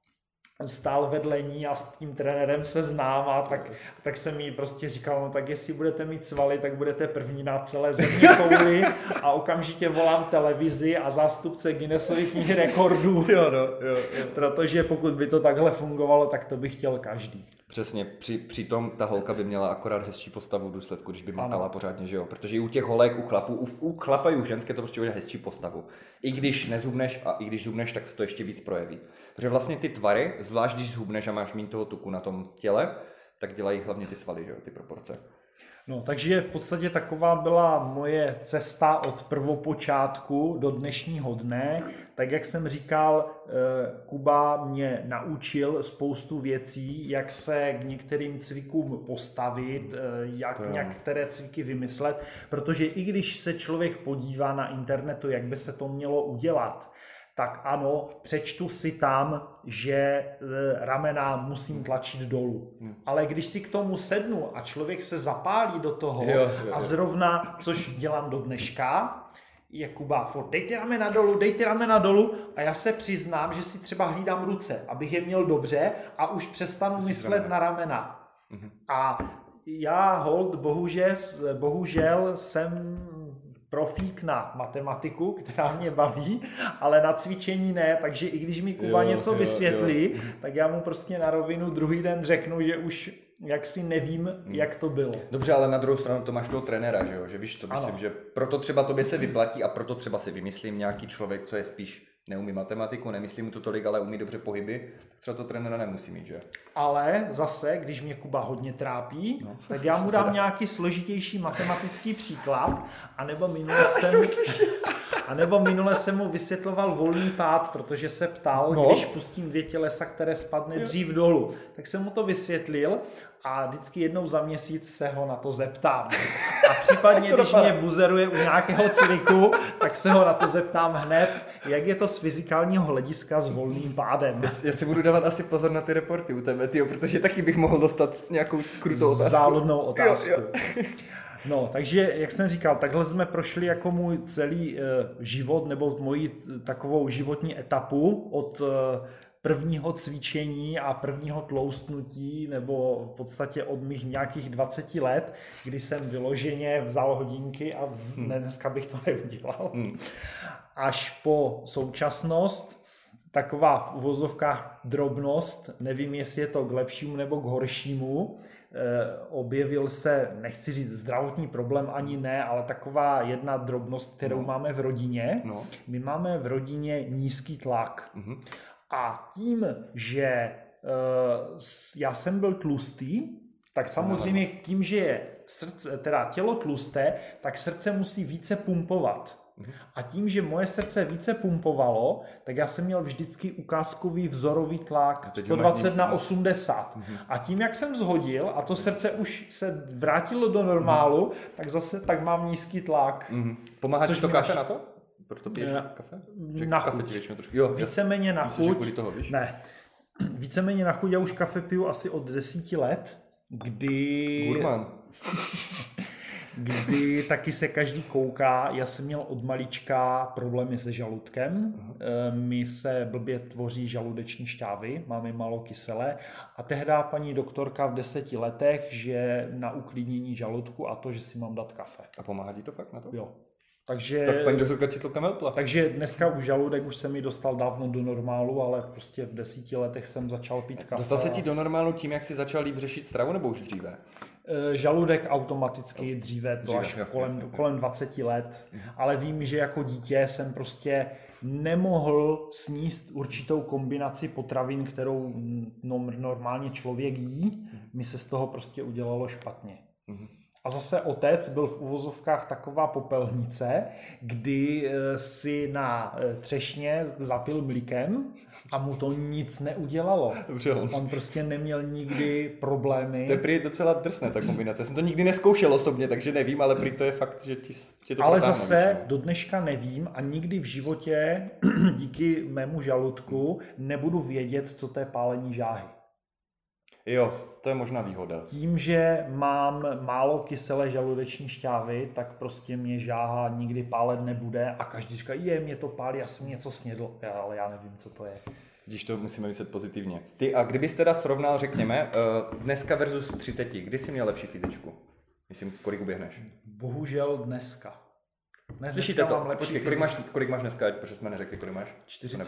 stál vedle ní a s tím trenérem se znám a tak jsem jí prostě říkal, no tak jestli budete mít svaly, tak budete první na celé země kouli a okamžitě volám televizi a zástupce Guinnessovy knihy rekordů, protože pokud by to takhle fungovalo, tak to by chtěl každý.
Přesně, přitom ta holka by měla akorát hezčí postavu v důsledku, když by makala pořádně, že jo? Protože i u těch holek, u chlapů, u chlapa i u ženské to prostě bude hezčí postavu. I když nezhubneš a i když zhubneš, tak se to ještě víc projeví. Protože vlastně ty tvary, zvlášť když zhubneš a máš méně toho tuku na tom těle, tak dělají hlavně ty svaly, že jo, ty proporce.
No, takže v podstatě taková byla moje cesta od prvopočátku do dnešního dne. Tak jak jsem říkal, Kuba mě naučil spoustu věcí, jak se k některým cvikům postavit, jak některé cviky vymyslet, protože i když se člověk podívá na internetu, jak by se to mělo udělat, tak ano, přečtu si tam, že ramena musím tlačit dolů. Ale když si k tomu sednu a člověk se zapálí do toho a zrovna, což dělám do dneška, je Kuba, dejte ramena dolů a já se přiznám, že si třeba hlídám ruce, abych je měl dobře a už přestanu myslet na ramena. A já bohužel jsem profík na matematiku, která mě baví, ale na cvičení ne, takže i když mi Kuba něco vysvětlí, tak já mu prostě na rovinu druhý den řeknu, že už jaksi nevím, jak to bylo.
Dobře, ale na druhou stranu to máš toho trenéra, že jo? Že víš, to myslím, že proto třeba tobě se vyplatí a proto třeba si vymyslím nějaký člověk, co je spíš neumí matematiku, nemyslím mu to tolik, ale umí dobře pohyby, třeba to trenéra nemusí mít, že?
Ale zase, když mě Kuba hodně trápí, tak já mu dám nějaký složitější matematický příklad, anebo minule jsem mu vysvětloval volný pád, protože se ptal, když pustím 2 tělesa, které spadne dřív dolů. Tak jsem mu to vysvětlil a vždycky jednou za měsíc se ho na to zeptám. A případně, když mě buzeruje u nějakého cviku, tak se ho na to zeptám hned, jak je to z fyzikálního hlediska s volným pádem.
Já si budu dávat asi pozor na ty reporty u tebe, tyjo, protože taky bych mohl dostat nějakou krutou otázku.
Záludnou otázku. No, takže, jak jsem říkal, takhle jsme prošli jako můj celý život, nebo moji takovou životní etapu od prvního cvičení a prvního tloustnutí, nebo v podstatě od mých nějakých 20 let, kdy jsem vyloženě vzal hodinky a dneska bych to neudělal. Až po současnost, taková v uvozovkách drobnost, nevím, jestli je to k lepšímu nebo k horšímu, objevil se, nechci říct zdravotní problém, ani ne, ale taková jedna drobnost, kterou máme v rodině. My máme v rodině nízký tlak. A tím, že já jsem byl tlustý, tak samozřejmě tím, že je tělo tlusté, tak srdce musí více pumpovat. A tím, že moje srdce více pumpovalo, tak já jsem měl vždycky ukázkový vzorový tlak 120/80. A tím, jak jsem zhodil a to srdce už se vrátilo do normálu, tak zase tak mám nízký tlak.
Pomáhá ti to kafe na to? Proto piješ kafe?
Na chuť. Víceméně na chuť. Ne. Víceméně na chuť, já už kafe piju asi od 10 let, kdy...
Gurman.
Kdy taky se každý kouká. Já jsem měl od malička problémy se žaludkem. Mi se blbě tvoří žaludeční šťávy, máme málo kyselé. A tehdy paní doktorka v 10 letech, že na uklidnění žaludku a to, že si mám dát kafe.
A pomáhá ti to fakt na to?
Jo. Takže,
tak paní doktorka ti to kamelpla.
Takže dneska už žaludek už se mi dostal dávno do normálu, ale prostě v 10 letech jsem začal pít kafe.
Dostal se ti do normálu tím, jak jsi začal líp řešit stravu, nebo už dříve?
Žaludek automaticky dříve, to až kolem 20 let, ale vím, že jako dítě jsem prostě nemohl sníst určitou kombinaci potravin, kterou normálně člověk jí, mi se z toho prostě udělalo špatně. A zase otec byl v uvozovkách taková popelnice, kdy si na třešně zapil mlíkem a mu to nic neudělalo.
Dobře.
On prostě neměl nikdy problémy.
To je prý docela drsné ta kombinace. Já jsem to nikdy nezkoušel osobně, takže nevím, ale prý to je fakt, že tě to
ale
potáhne,
zase do dneška nevím a nikdy v životě díky mému žaludku nebudu vědět, co to je pálení žáhy.
Jo, to je možná výhoda.
Tím, že mám málo kyselé žaludeční šťávy, tak prostě mě žáha nikdy pálet nebude a každý říká, mě to pálí, já jsem něco snědl, ale já nevím, co to je.
Když to musíme myslet pozitivně. Ty, a kdybys teda srovnal, řekněme, dneska versus 30, kdy jsi měl lepší fyzičku? Myslím, kolik uběhneš?
Bohužel dneska.
Slyšíte to? Počkej, kolik máš dneska, protože jsme neřekli, kolik máš?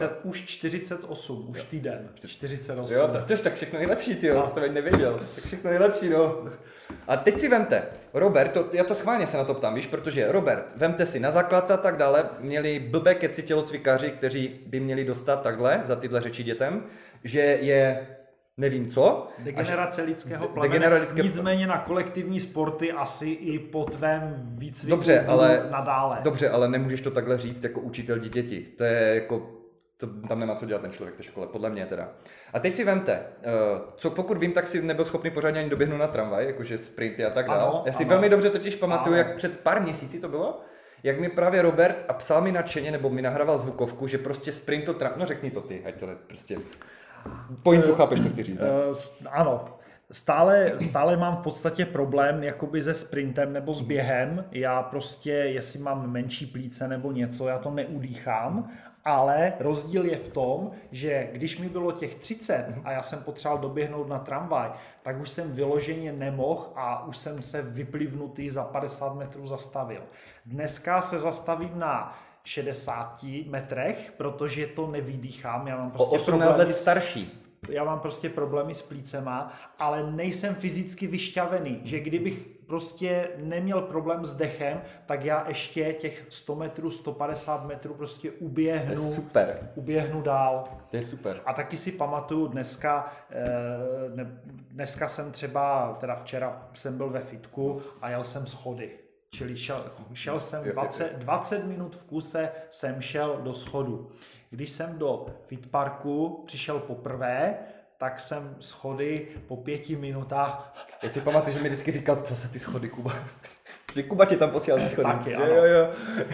48, už týden. 48.
Jo, to je tak všechno nejlepší, tyjo, to jsem ani nevěděl. Tak všechno nejlepší, no. A teď si vemte, Robert, já to schválně se na to ptám, víš, protože Robert, vemte si, na základce a tak dále, měli blbé keci tělocvikáři, kteří by měli dostat takhle, za tyhle řeči dětem, že je nevím co.
Degenerace lidského plemene, nicméně na kolektivní sporty asi i po tvém výcviku nadále.
Dobře, ale nemůžeš to takhle říct jako učitel dítěti. To je jako, tam nemá co dělat ten člověk v té škole, podle mě teda. A teď si vemte, co pokud vím, tak si nebyl schopný pořádně ani doběhnout na tramvaj, jakože sprinty a tak dále. Já si velmi dobře totiž pamatuju, jak před pár měsíci to bylo, jak mi právě Robert a psal mi nadšeně, nebo mi nahrával zvukovku, že prostě sprintl no řekni to ty, ať to prostě... Pointu chápeš, co chci říct, ne?
Ano. Stále mám v podstatě problém jakoby se sprintem nebo s během. Já prostě, jestli mám menší plíce nebo něco, já to neudýchám, ale rozdíl je v tom, že když mi bylo těch 30 a já jsem potřeboval doběhnout na tramvaj, tak už jsem vyloženě nemohl a už jsem se vyplivnutý za 50 metrů zastavil. Dneska se zastavím na 60 metrech, protože to nevydýchám. Já mám prostě
o 18 let starší.
Já mám prostě problémy s plícema, ale nejsem fyzicky vyšťavený, že kdybych prostě neměl problém s dechem, tak já ještě těch 100 metrů, 150 metrů prostě uběhnu.
To je super.
Uběhnu dál.
To je super.
A taky si pamatuju, dneska jsem třeba, teda včera jsem byl ve fitku a jel jsem schody. Čili šel jsem 20 minut v kuse, jsem šel do schodu. Když jsem do fitparku přišel poprvé, tak jsem schody po 5 minutách...
Já si pamatuju, že mi vždycky říkal, zase ty schody, Kuba. Že Kuba tě tam posílal ty schody.
Taky, ano.
Jo.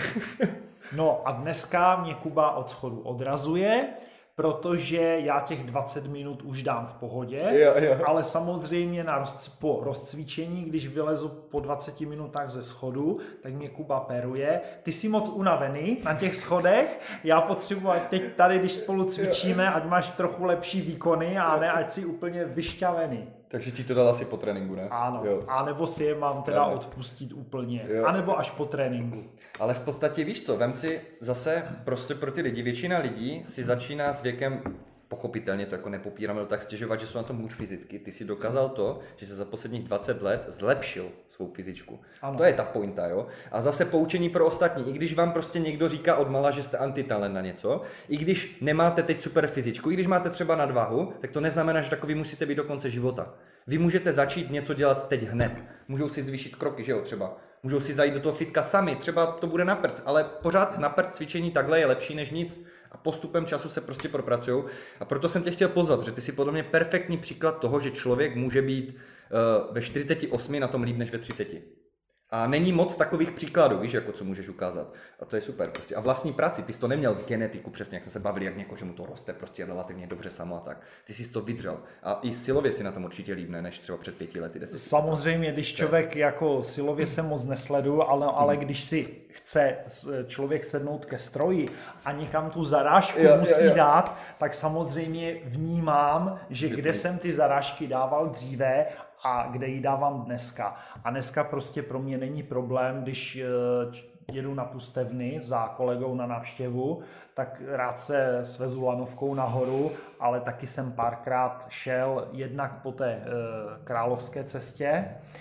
No a dneska mě Kuba od schodu odrazuje, protože já těch 20 minut už dám v pohodě,
jo.
Ale samozřejmě po rozcvičení, když vylezu po 20 minutách ze schodu, tak mě Kuba peruje. Ty jsi moc unavený na těch schodech, já potřebuji, ať teď tady, když spolu cvičíme, ať máš trochu lepší výkony a ne, ať jsi úplně vyšťavený.
Takže ti to dal asi po tréninku, ne?
Ano, jo. A nebo si je mám teda odpustit úplně, a nebo až po tréninku.
Ale v podstatě víš co, vem si zase prostě pro ty lidi, většina lidí si začíná s věkem, pochopitelně to jako nepopírám, ale tak stěžovat, že jsou na tom hůř fyzicky. Ty si dokázal to, že se za posledních 20 let zlepšil svou fyzičku. Ano. To je ta pointa, jo? A zase poučení pro ostatní. I když vám prostě někdo říká odmala, že jste antitalent na něco, i když nemáte teď super fyzičku, i když máte třeba nadváhu, tak to neznamená, že takový musíte být do konce života. Vy můžete začít něco dělat teď hned. Můžou si zvýšit kroky, že jo, třeba. Můžou si zajít do toho fitka sami, třeba to bude na prd, ale pořád na prd cvičení takhle je lepší než nic. A postupem času se prostě propracujou. A proto jsem tě chtěl pozvat, že ty jsi podle mě perfektní příklad toho, že člověk může být ve 48 na tom líp než ve 30. A není moc takových příkladů, víš, jako co můžeš ukázat. A to je super prostě. A vlastní práci, ty jsi to neměl genetiku, přesně jak jsme se bavili, jak někoho, že mu to roste prostě relativně dobře samo a tak. Ty jsi to vydržel. A i silově si na tom určitě líp, než třeba před 5 lety, 10.
Samozřejmě, když člověk jako silově se moc nesleduje, ale když si chce člověk sednout ke stroji a někam tu zarážku musí dát, tak samozřejmě vnímám, že kde jsem ty zarážky dával dříve a kde ji dávám dneska. A dneska prostě pro mě není problém, když jedu na Pustevny za kolegou na návštěvu, tak rád se svezu lanovkou nahoru, ale taky jsem párkrát šel jednak po té královské cestě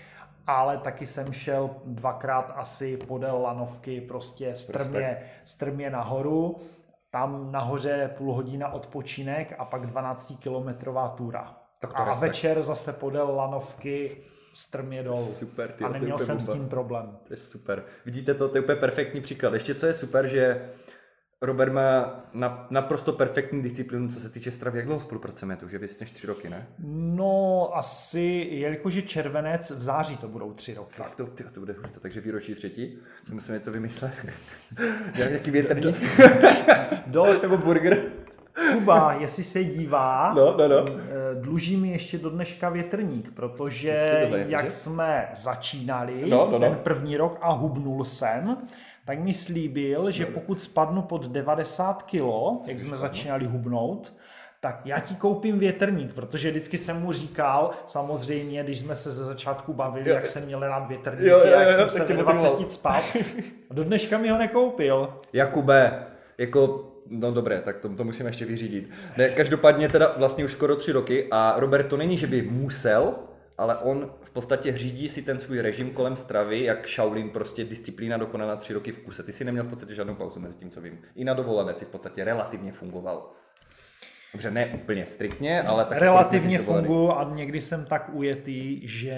ale taky jsem šel 2krát asi podél lanovky, prostě strmě nahoru, tam nahoře půl hodina odpočinek a pak 12kilometrová túra. A večer zase podél lanovky strmě dolů.
Super,
a neměl jsem s tím problém.
To je super. Vidíte to, to je úplně perfektní příklad. Ještě co je super, že Robert má naprosto perfektní disciplínu, co se týče stravy. Jak dlouho spolupracujeme? To už je víc než 3 roky, ne?
No, asi, jelikož je červenec, v září to budou 3 roky.
Fakt, to bude husté, takže výročí 3. To musíme něco vymyslet. Nějaký větrník? Nebo burger?
Kuba, jestli se dívá,
no.
dluží mi ještě do dneška větrník, protože jak jsme začínali ten první rok a hubnul jsem, tak mi slíbil, že pokud spadnu pod 90 kg, jak jsme začínali hubnout, tak já ti koupím větrník, protože vždycky jsem mu říkal, samozřejmě, když jsme se ze začátku bavili, jak jsem měl rád větrníky, jak jsem se ve 20 spal. Do dneška mi ho nekoupil.
Jakube, no dobré, tak to musíme ještě vyřídit. Ne, každopádně teda vlastně už skoro 3 roky a Robert to není, že by musel, ale on v podstatě řídí si ten svůj režim kolem stravy, jak Shaolin, prostě disciplína dokonaná 3 roky v kuse. Ty si neměl v podstatě žádnou pauzu mezi tím, co vím. I na dovolené si v podstatě relativně fungoval. Dobře, ne úplně striktně, ale tak
relativně funguji a někdy jsem tak ujetý, že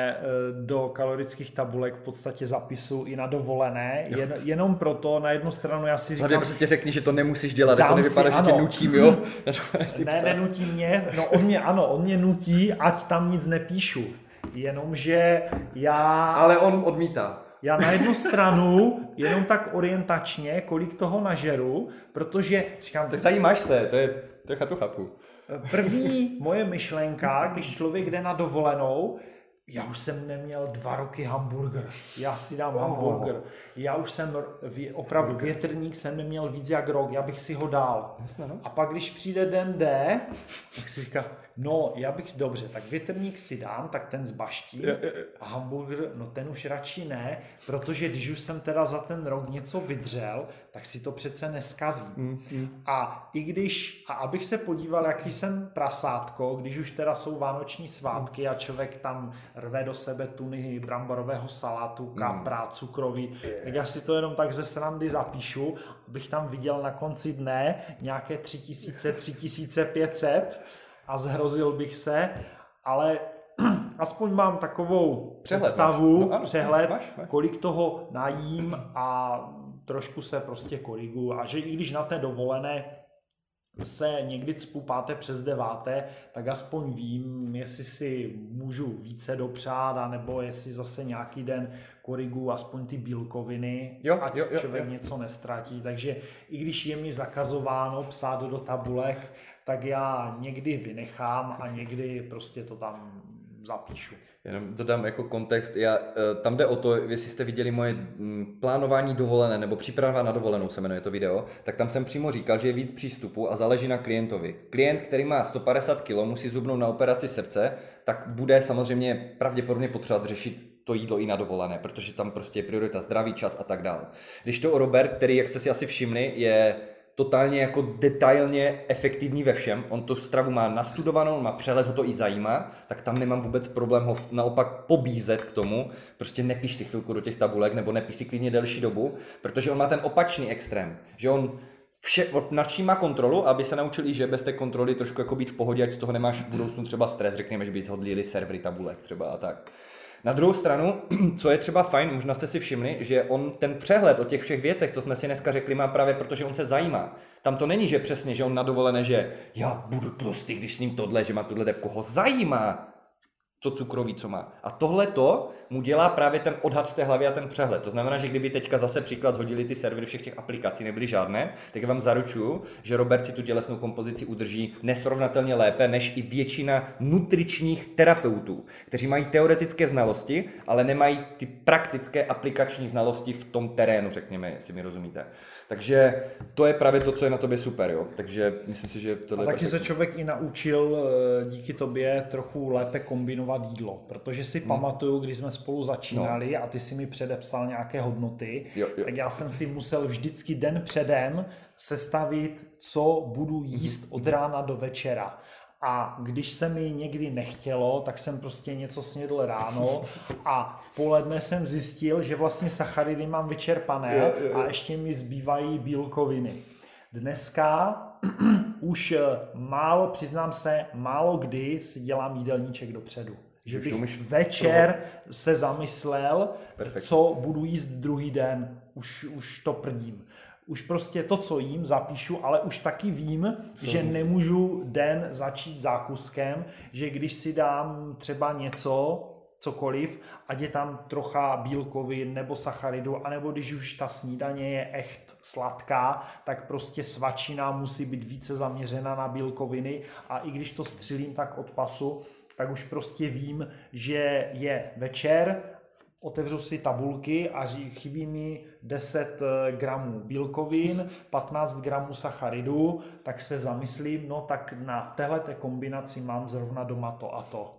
do kalorických tabulek v podstatě zapisu i na dovolené. Jenom proto na jednu stranu já si říkám...
Prostě řekni, že to nemusíš dělat, to nevypadá, že tě nutím, jo?
Ne, nenutí mě, no on mě nutí, ať tam nic nepíšu. Jenomže já...
Ale on odmítá.
Já na jednu stranu jenom tak orientačně, kolik toho nažeru, protože říkám...
Tak zajímáš se, to je chápu.
První moje myšlenka, když člověk jde na dovolenou, já už jsem neměl 2 roky hamburger, já si dám hamburger. Já už jsem opravdu větrník jsem neměl víc jak rok, já bych si ho dal.
Jasně, no.
A pak když přijde den D, tak si říká, no já bych dobře, tak větrník si dám, tak ten zbaštím a hamburger, no ten už radši ne, protože když už jsem teda za ten rok něco vydřel, tak si to přece neskazím. A i když, a abych se podíval, jaký jsem prasátko, když už teda jsou vánoční svátky a člověk tam rve do sebe tuny bramborového salátu, kapra, cukroví, tak já si to jenom tak ze srandy zapíšu, abych tam viděl na konci dne nějaké 3000, 3500 a zhrozil bych se, ale aspoň mám takovou představu, přehled, kolik toho najím a trošku se prostě koriguju. A že i když na té dovolené se někdy cpu 5. přes 9, tak aspoň vím, jestli si můžu více dopřát, anebo jestli zase nějaký den koriguju aspoň ty bílkoviny, ať člověk něco nestratí. Takže i když je mi zakazováno psát do tabulek, tak já někdy vynechám a někdy prostě to tam zapíšu.
Jenom dodám jako kontext, tam jde o to, jestli jste viděli moje plánování dovolené nebo příprava na dovolenou se jmenuje to video, tak tam jsem přímo říkal, že je víc přístupů a záleží na klientovi. Klient, který má 150 kg, musí zubnout na operaci srdce, tak bude samozřejmě pravděpodobně potřebovat řešit to jídlo i na dovolené, protože tam prostě je priorita zdraví, čas a tak dále. Když to Robert, který, jak jste si asi všimli, je totálně jako detailně efektivní ve všem. On tu stravu má nastudovanou, má přehled, ho to i zajímá, tak tam nemám vůbec problém ho naopak pobízet k tomu. Prostě nepíš si chvilku do těch tabulek nebo nepíš si klidně delší dobu, protože on má ten opačný extrém, že on nad čím má kontrolu, aby se naučil i, že bez té kontroly trošku jako být v pohodě, ať z toho nemáš v budoucnu třeba stres, řekněme, že by zhodlili servery tabulek třeba a tak. Na druhou stranu, co je třeba fajn, možná jste si všimli, že on ten přehled o těch všech věcech, co jsme si dneska řekli, má právě protože on se zajímá. Tam to není, že přesně, že on na dovolené, že já budu tlustý, když s ním tohle, že má tuhle depku, ho zajímá, co cukroví, co má. A tohleto mu dělá právě ten odhad v té hlavě a ten přehled. To znamená, že kdyby teďka zase příklad zhodili ty servery všech těch aplikací, nebyly žádné, tak vám zaručuju, že Robert si tu tělesnou kompozici udrží nesrovnatelně lépe než i většina nutričních terapeutů, kteří mají teoretické znalosti, ale nemají ty praktické aplikační znalosti v tom terénu, řekněme, jestli mi rozumíte. Takže to je právě to, co je na tobě super, jo. Takže myslím si, že tohle.
A taky se člověk i naučil díky tobě trochu lépe kombinovat jídlo, protože si pamatuju, když jsme spolu začínali a ty si mi předepsal nějaké hodnoty, tak já jsem si musel vždycky den předem sestavit, co budu jíst od rána do večera. A když se mi někdy nechtělo, tak jsem prostě něco snědl ráno a v poledne jsem zjistil, že vlastně sacharidy mám vyčerpané a ještě mi zbývají bílkoviny. Dneska už přiznám se, málo kdy si dělám jídelníček dopředu. Že bych večer se zamyslel, co budu jíst druhý den. Už to prdím. Už prostě to, co jím, zapíšu, ale už taky vím, že nemůžu den začít zákuskem, že když si dám třeba cokoliv, ať je tam trocha bílkovin nebo sacharidu, anebo když už ta snídaně je echt sladká, tak prostě svačina musí být více zaměřena na bílkoviny a i když to střílím tak od pasu, tak už prostě vím, že je večer, otevřu si tabulky a chybí mi 10 gramů bílkovin, 15 gramů sacharidu, tak se zamyslím, no tak na téhleté kombinaci mám zrovna doma to a to.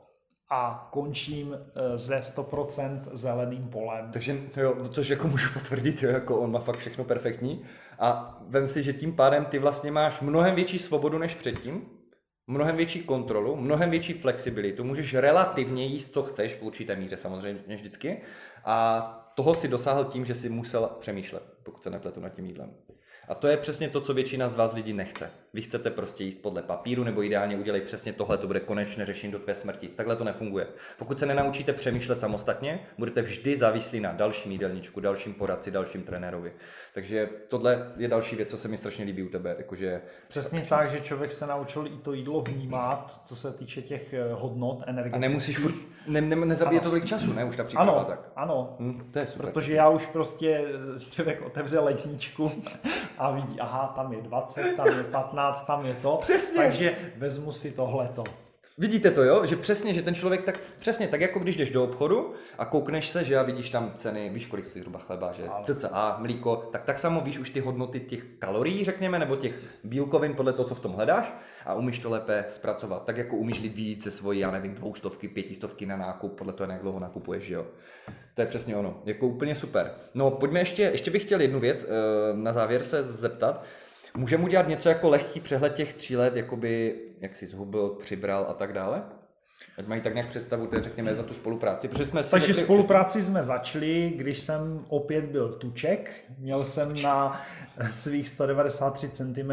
A končím ze 100% zeleným polem.
Takže jo, což jako můžu potvrdit, jo, jako on má fakt všechno perfektní. A vem si, že tím pádem ty vlastně máš mnohem větší svobodu než předtím, mnohem větší kontrolu, mnohem větší flexibilitu, můžeš relativně jíst, co chceš, v určité míře samozřejmě vždycky. A toho si dosáhl tím, že si musel přemýšlet, pokud se nepletu nad tím jídlem. A to je přesně to, co většina z vás lidí nechce. Vy chcete prostě jíst podle papíru, nebo ideálně udělej přesně tohle, to bude konečné řešení do tvé smrti. Takhle to nefunguje. Pokud se nenaučíte přemýšlet samostatně, budete vždy závislí na dalším jídelníčku, dalším poradci, dalším trenérovi. Takže tohle je další věc, co se mi strašně líbí u tebe. Jakože
přesně tak, že člověk se naučil i to jídlo vnímat, co se týče těch hodnot energetických.
A nemusíš nezabije to tolik času, ne? Už ta příprava
ano,
tak.
Ano,
to je super.
Protože já už prostě člověk otevře ledničku a vidí, aha, tam je 20, tam je 15, tam je to.
Přesně.
Takže vezmu si tohleto.
Vidíte to, jo? Že přesně, že ten člověk přesně tak, jako když jdeš do obchodu a koukneš se, že a vidíš tam ceny, víš, kolik stojí zhruba chleba, že cca, mlíko, tak samo víš už ty hodnoty těch kalorií, řekněme, nebo těch bílkovin podle toho, co v tom hledáš a umíš to lépe zpracovat. Tak jako umíš vyjít se svojí, já nevím, 200, 500 na nákup, podle toho, jak dlouho nakupuješ, jo. To je přesně ono, jako úplně super. No, pojďme ještě bych chtěl jednu věc na závěr se zeptat. Můžeme udělat něco jako lehký přehled těch 3 let, jakoby, jak jsi zhubil, přibral a tak dále? Ať mají tak nějak představu, tedy řekněme, za tu spolupráci.
Takže spolupráci jsme začali, když jsem opět byl tuček. Měl jsem na svých 193 cm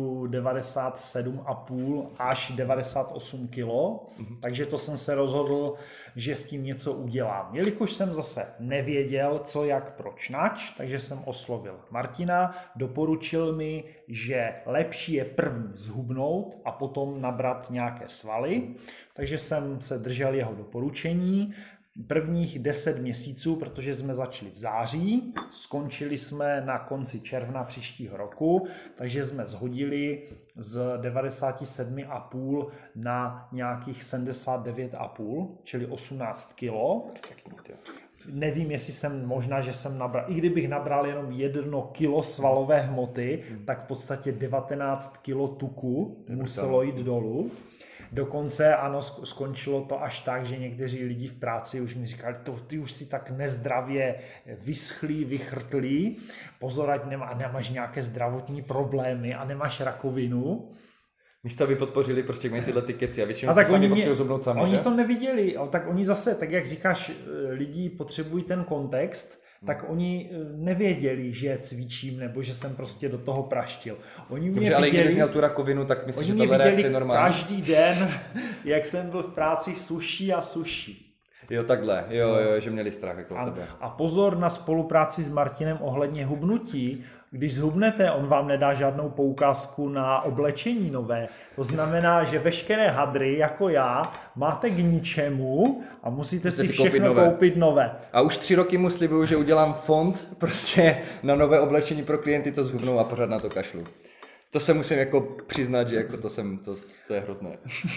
97,5 až 98 kg. Takže to jsem se rozhodl, že s tím něco udělám. Jelikož jsem zase nevěděl, co, jak, proč, nač, takže jsem oslovil Martina, doporučil mi, že lepší je první zhubnout a potom nabrat nějaké svaly. Takže jsem se držel jeho doporučení. Prvních 10 měsíců, protože jsme začali v září, skončili jsme na konci června příštího roku, takže jsme zhodili z 97,5 na nějakých 79,5, čili 18 kg. Nevím, jestli že jsem nabral, i kdybych nabral jenom 1 kilo svalové hmoty, tak v podstatě 19 kilo tuku muselo jít dolů. Dokonce ano, skončilo to až tak, že někteří lidi v práci už mi říkali, ty už si tak nezdravě vyschlý, vychrtlý, pozor, ať nemáš nějaké zdravotní problémy a nemáš rakovinu.
Místo by podpořili prostě mají tyhle ty keci a většinou
tak
sami potřebují zubnout sami,
oni
že?
to neviděli, tak oni zase, tak jak říkáš, lidi potřebují ten kontext, tak oni nevěděli, že cvičím nebo že jsem prostě do toho praštil. Oni mě
dobře, ale i kdybys měl tu rakovinu, tak myslím, že tahle reakce je normální.
Každý den, jak jsem byl v práci, suší.
Jo, takhle, jo, že měli strach jako tebe.
A pozor na spolupráci s Martinem ohledně hubnutí. Když zhubnete, on vám nedá žádnou poukázku na oblečení nové. To znamená, že veškeré hadry, jako já, máte k ničemu a musíte si všechno koupit nové.
A už 3 roky mu slibuju, že udělám fond prostě na nové oblečení pro klienty, co zhubnou a pořád na to kašlu. To se musím jako přiznat, že jako to je hrozné.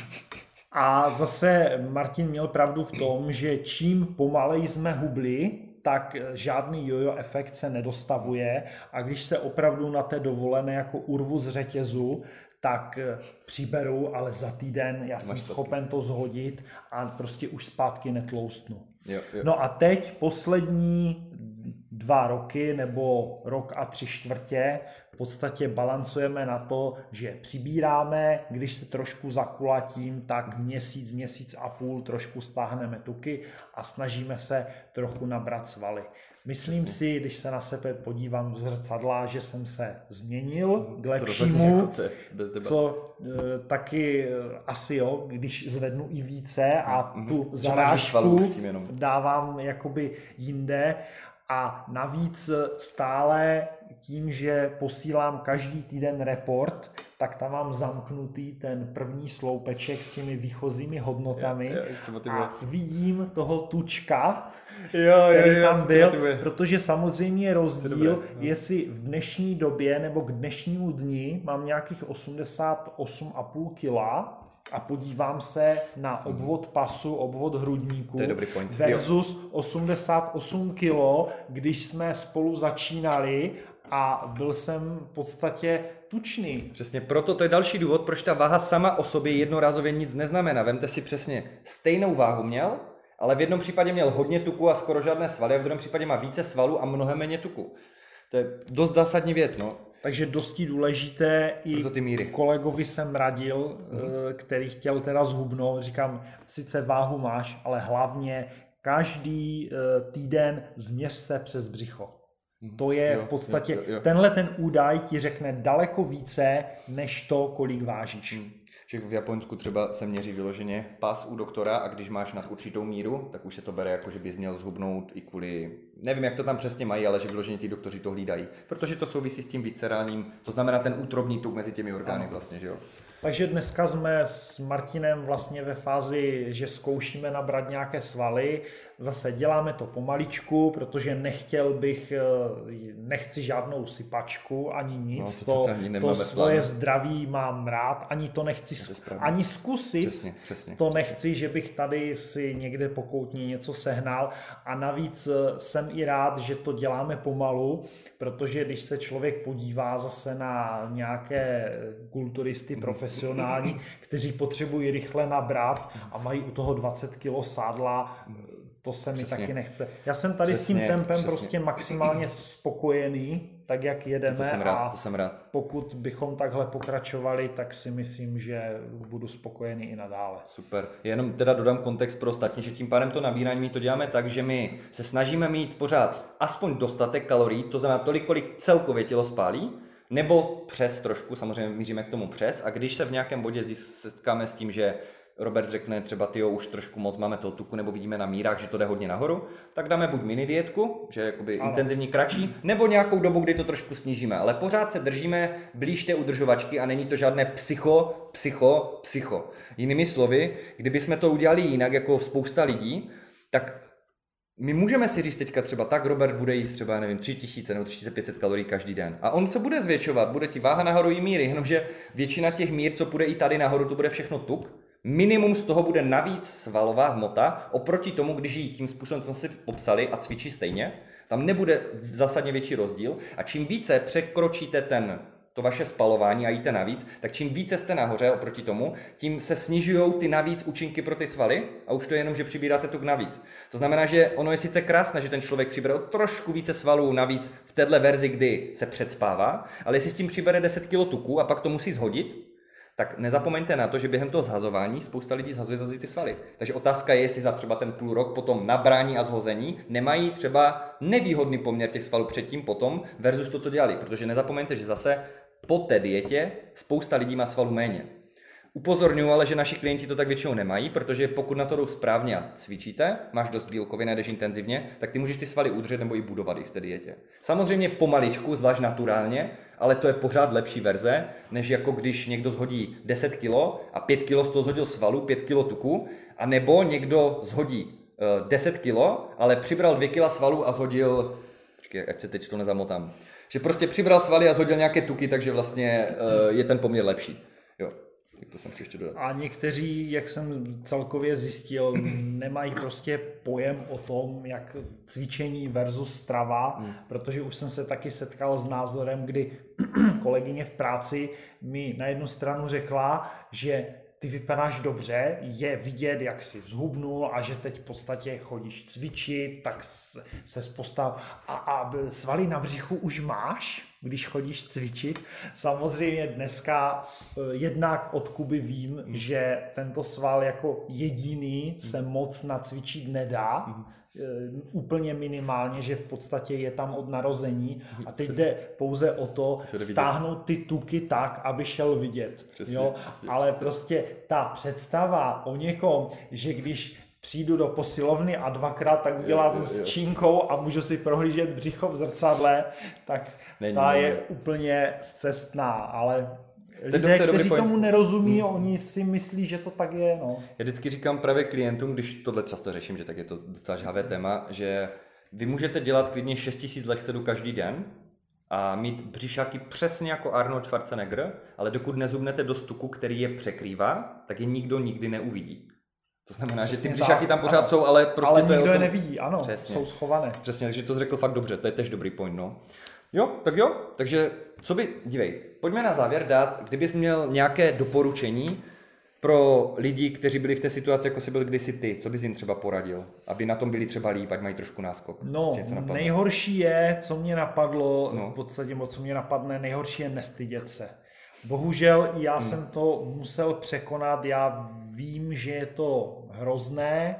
A zase Martin měl pravdu v tom, že čím pomaleji jsme hubli, tak žádný jojo efekt se nedostavuje a když se opravdu na té dovolené jako urvu z řetězu, tak přiberu, ale za týden já jsem schopen to zhodit a prostě už zpátky netloustnu.
Jo.
No a teď poslední 2 roky nebo rok a 3/4 v podstatě balancujeme na to, že přibíráme, když se trošku zakulatím, tak měsíc a půl trošku stáhneme tuky a snažíme se trochu nabrat svaly. Myslím si, když se na sebe podívám do zrcadla, že jsem se změnil k lepšímu, co taky asi jo, když zvednu i více a tu zarážku dávám jakoby jinde. A navíc stále tím, že posílám každý týden report, tak tam mám zamknutý ten první sloupeček s těmi výchozími hodnotami a vidím toho tučka, který tam byl, protože samozřejmě je rozdíl, jestli v dnešní době nebo k dnešnímu dni mám nějakých 88,5 kg, a podívám se na obvod pasu, obvod hrudníku versus 88 kg, když jsme spolu začínali a byl jsem v podstatě tučný.
Přesně, proto to je další důvod, proč ta váha sama o sobě jednorázově nic neznamená. Vemte si přesně, stejnou váhu měl, ale v jednom případě měl hodně tuku a skoro žádné svaly, a v druhém případě má více svalů a mnohem méně tuku. To je dost zásadní věc, no.
Takže dosti důležité, i kolegovi jsem radil, který chtěl teda zhubnout, říkám, sice váhu máš, ale hlavně každý týden změř se přes břicho. To je v podstatě, tenhle ten údaj ti řekne daleko více, než to, kolik vážíš.
Že v Japonsku třeba se měří vyloženě pás u doktora a když máš nad určitou míru, tak už se to bere jako, že bys měl zhubnout i kvůli, nevím jak to tam přesně mají, ale že vyloženě ti doktoři to hlídají, protože to souvisí s tím viscerálním, to znamená ten útrobní tuk mezi těmi orgány vlastně, že jo.
Takže dneska jsme s Martinem vlastně ve fázi, že zkoušíme nabrat nějaké svaly. Zase děláme to pomaličku, protože nechci žádnou sypačku ani nic. To svoje zdraví mám rád, ani to nechci ani zkusit.
Přesně.
To nechci, že bych tady si někde pokoutně něco sehnal. A navíc jsem i rád, že to děláme pomalu, protože když se člověk podívá zase na nějaké kulturisty profesionální, kteří potřebují rychle nabrat a mají u toho 20 kg sádla, to se mi taky nechce. Já jsem tady s tím tempem prostě maximálně spokojený, tak jak jedeme,
to jsem rád.
Pokud bychom takhle pokračovali, tak si myslím, že budu spokojený i nadále.
Super. Jenom teda dodám kontext pro ostatní, že tím pádem to nabírání my to děláme tak, že my se snažíme mít pořád aspoň dostatek kalorií, to znamená tolik, kolik celkově tělo spálí, nebo přes trošku, samozřejmě míříme k tomu přes, a když se v nějakém bodě setkáme s tím, že Robert řekne třeba tyjo, už trošku moc máme toho tuku, nebo vidíme na mírách, že to jde hodně nahoru, tak dáme buď mini dietku, že je jakoby intenzivní kratší, nebo nějakou dobu, kdy to trošku snížíme, ale pořád se držíme blíž té udržovačky a není to žádné psycho. Jinými slovy, kdybychom to udělali jinak jako spousta lidí, tak my můžeme si říct teďka třeba tak, Robert bude jíst třeba, nevím, 3000 nebo 3500 kalorií každý den. A on se bude zvětšovat, bude ti váha nahoru i míry, jenomže většina těch mír, co půjde i tady nahoru, to bude všechno tuk. Minimum z toho bude navíc svalová hmota, oproti tomu, když jí tím způsobem, co jsme si popsali a cvičí stejně, tam nebude zásadně větší rozdíl. A čím více překročíte to vaše spalování a jíte navíc, tak čím více jste nahoře oproti tomu, tím se snižují ty navíc účinky pro ty svaly a už to je jenom, že přibíráte tuk navíc. To znamená, že ono je sice krásné, že ten člověk přibere trošku více svalů navíc v téhle verzi, kdy se předspává, ale jestli s tím přibere 10 kg tuku a pak to musí shodit, tak nezapomeňte na to, že během toho zhazování spousta lidí zhazuje zase ty svaly. Takže otázka je, jestli za třeba ten půl rok potom nabrání a zhození nemají třeba nevýhodný poměr těch svalů předtím potom versus to, co dělali. Protože nezapomeňte, že zase po té dietě spousta lidí má svalů méně. Upozorňuji ale, že naši klienti to tak většinou nemají, protože pokud na to jdou správně a cvičíte, máš dost bílkovin, jdeš intenzivně, tak ty můžeš ty svaly udržet nebo i budovat i v té dietě. Samozřejmě pomaličku, zvlášť naturálně, ale to je pořád lepší verze, než jako když někdo zhodí 10 kg a 5 kg z toho zhodil svalu, 5 kg tuku, a nebo někdo zhodí 10 kg, ale přibral 2 kg svalu a zhodil, počkej, ať se teď to nezamotám, že prostě přibral svaly a zhodil nějaké tuky, takže vlastně je ten poměr lepší. Jo. To jsem ještě dodat.
A někteří, jak jsem celkově zjistil, nemají prostě pojem o tom, jak cvičení versus strava, protože už jsem se taky setkal s názorem, kdy kolegyně v práci mi na jednu stranu řekla, že ty vypadáš dobře, je vidět, jak jsi zhubnul a že teď v podstatě chodíš cvičit, tak se postav a svaly na břichu už máš, když chodíš cvičit. Samozřejmě dneska jednak od Kuby vím, že tento sval jako jediný se moc nacvičit nedá, úplně minimálně, že v podstatě je tam od narození a teď jde pouze o to stáhnout ty tuky tak, aby šel vidět. Přesně. Ale prostě ta představa o někom, že když přijdu do posilovny a dvakrát tak udělám s čínkou a můžu si prohlížet břicho v zrcadle, tak ta je úplně scestná, ale lidé, kteří tomu nerozumí, oni si myslí, že to tak je. No.
Já vždycky říkám právě klientům, když tohle často řeším, že tak je to docela žhavé téma, že vy můžete dělat klidně 6000 lehcedů každý den a mít břišáky přesně jako Arnold Schwarzenegger, ale dokud nezubnete do stuku, který je překrývá, tak je nikdo nikdy neuvidí. To znamená, přesně, že ty břišáky tam pořád jsou, ale prostě
ale
to je
nikdo je nevidí, ano,
přesně.
Jsou schované.
Přesně, takže to řekl fakt dobře, to je tež dobrý point, no. Jo, takže dívej, pojďme na závěr dát, kdybys měl nějaké doporučení pro lidi, kteří byli v té situaci, jako jsi byl kdysi ty, co bys jim třeba poradil, aby na tom byli třeba líp, ať mají trošku náskok.
No, nejhorší je, co mě napadlo, v podstatě, co mě napadne, nejhorší je nestydět se. Bohužel já jsem to musel překonat, já vím, že je to hrozné,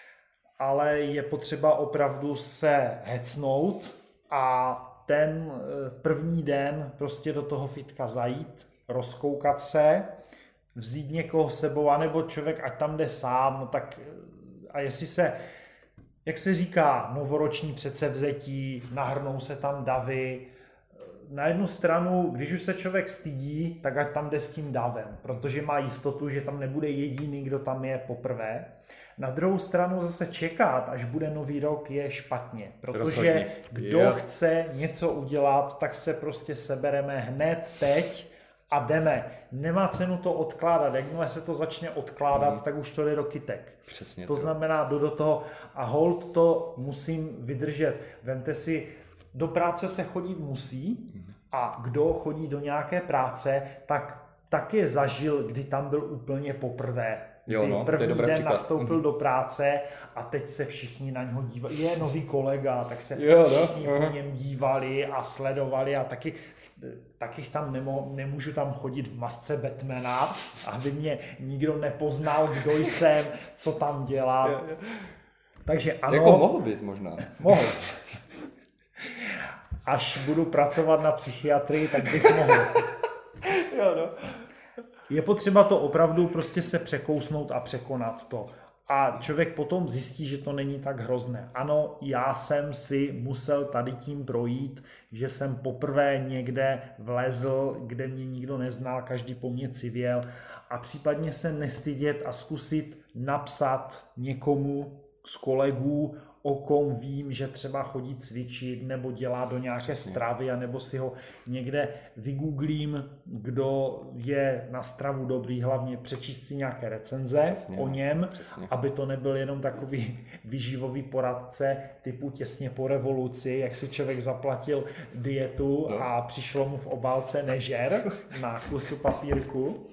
ale je potřeba opravdu se hecnout a ten první den prostě do toho fitka zajít, rozkoukat se, vzít někoho s sebou, anebo člověk, ať tam jde sám, no tak a jestli se, jak se říká, novoroční předsevzetí, nahrnou se tam davy. Na jednu stranu, když už se člověk stydí, tak ať tam jde s tím davem, protože má jistotu, že tam nebude jediný, kdo tam je poprvé. Na druhou stranu zase čekat, až bude nový rok, je špatně, protože kdo chce něco udělat, tak se prostě sebereme hned teď a jdeme. Nemá cenu to odkládat, jakmile se to začne odkládat, tak už to jde do kytek.
Přesně
to znamená, jdu do toho a hold to musím vydržet. Vemte si, do práce se chodit musí a kdo chodí do nějaké práce, tak je zažil, kdy tam byl úplně poprvé. První den příklad. Nastoupil do práce a teď se všichni na něho dívali. Je nový kolega, tak se všichni po něm dívali a sledovali a taky tam nemůžu tam chodit v masce Batmana, aby mě nikdo nepoznal, kdo jsem, co tam dělám. Takže ano.
Jako mohl bys možná.
Mohl. Až budu pracovat na psychiatrii, tak bych mohl. Je potřeba to opravdu prostě se překousnout a překonat to. A člověk potom zjistí, že to není tak hrozné. Ano, já jsem si musel tady tím projít, že jsem poprvé někde vlezl, kde mě nikdo neznal, každý po mně civěl a případně se nestydět a zkusit napsat někomu z kolegů, o kom vím, že třeba chodí cvičit nebo dělá do nějaké stravy, anebo si ho někde vygooglím, kdo je na stravu dobrý, hlavně přečíst si nějaké recenze o něm, aby to nebyl jenom takový výživový poradce typu těsně po revoluci, jak si člověk zaplatil dietu a přišlo mu v obálce nežer na kusu papírku.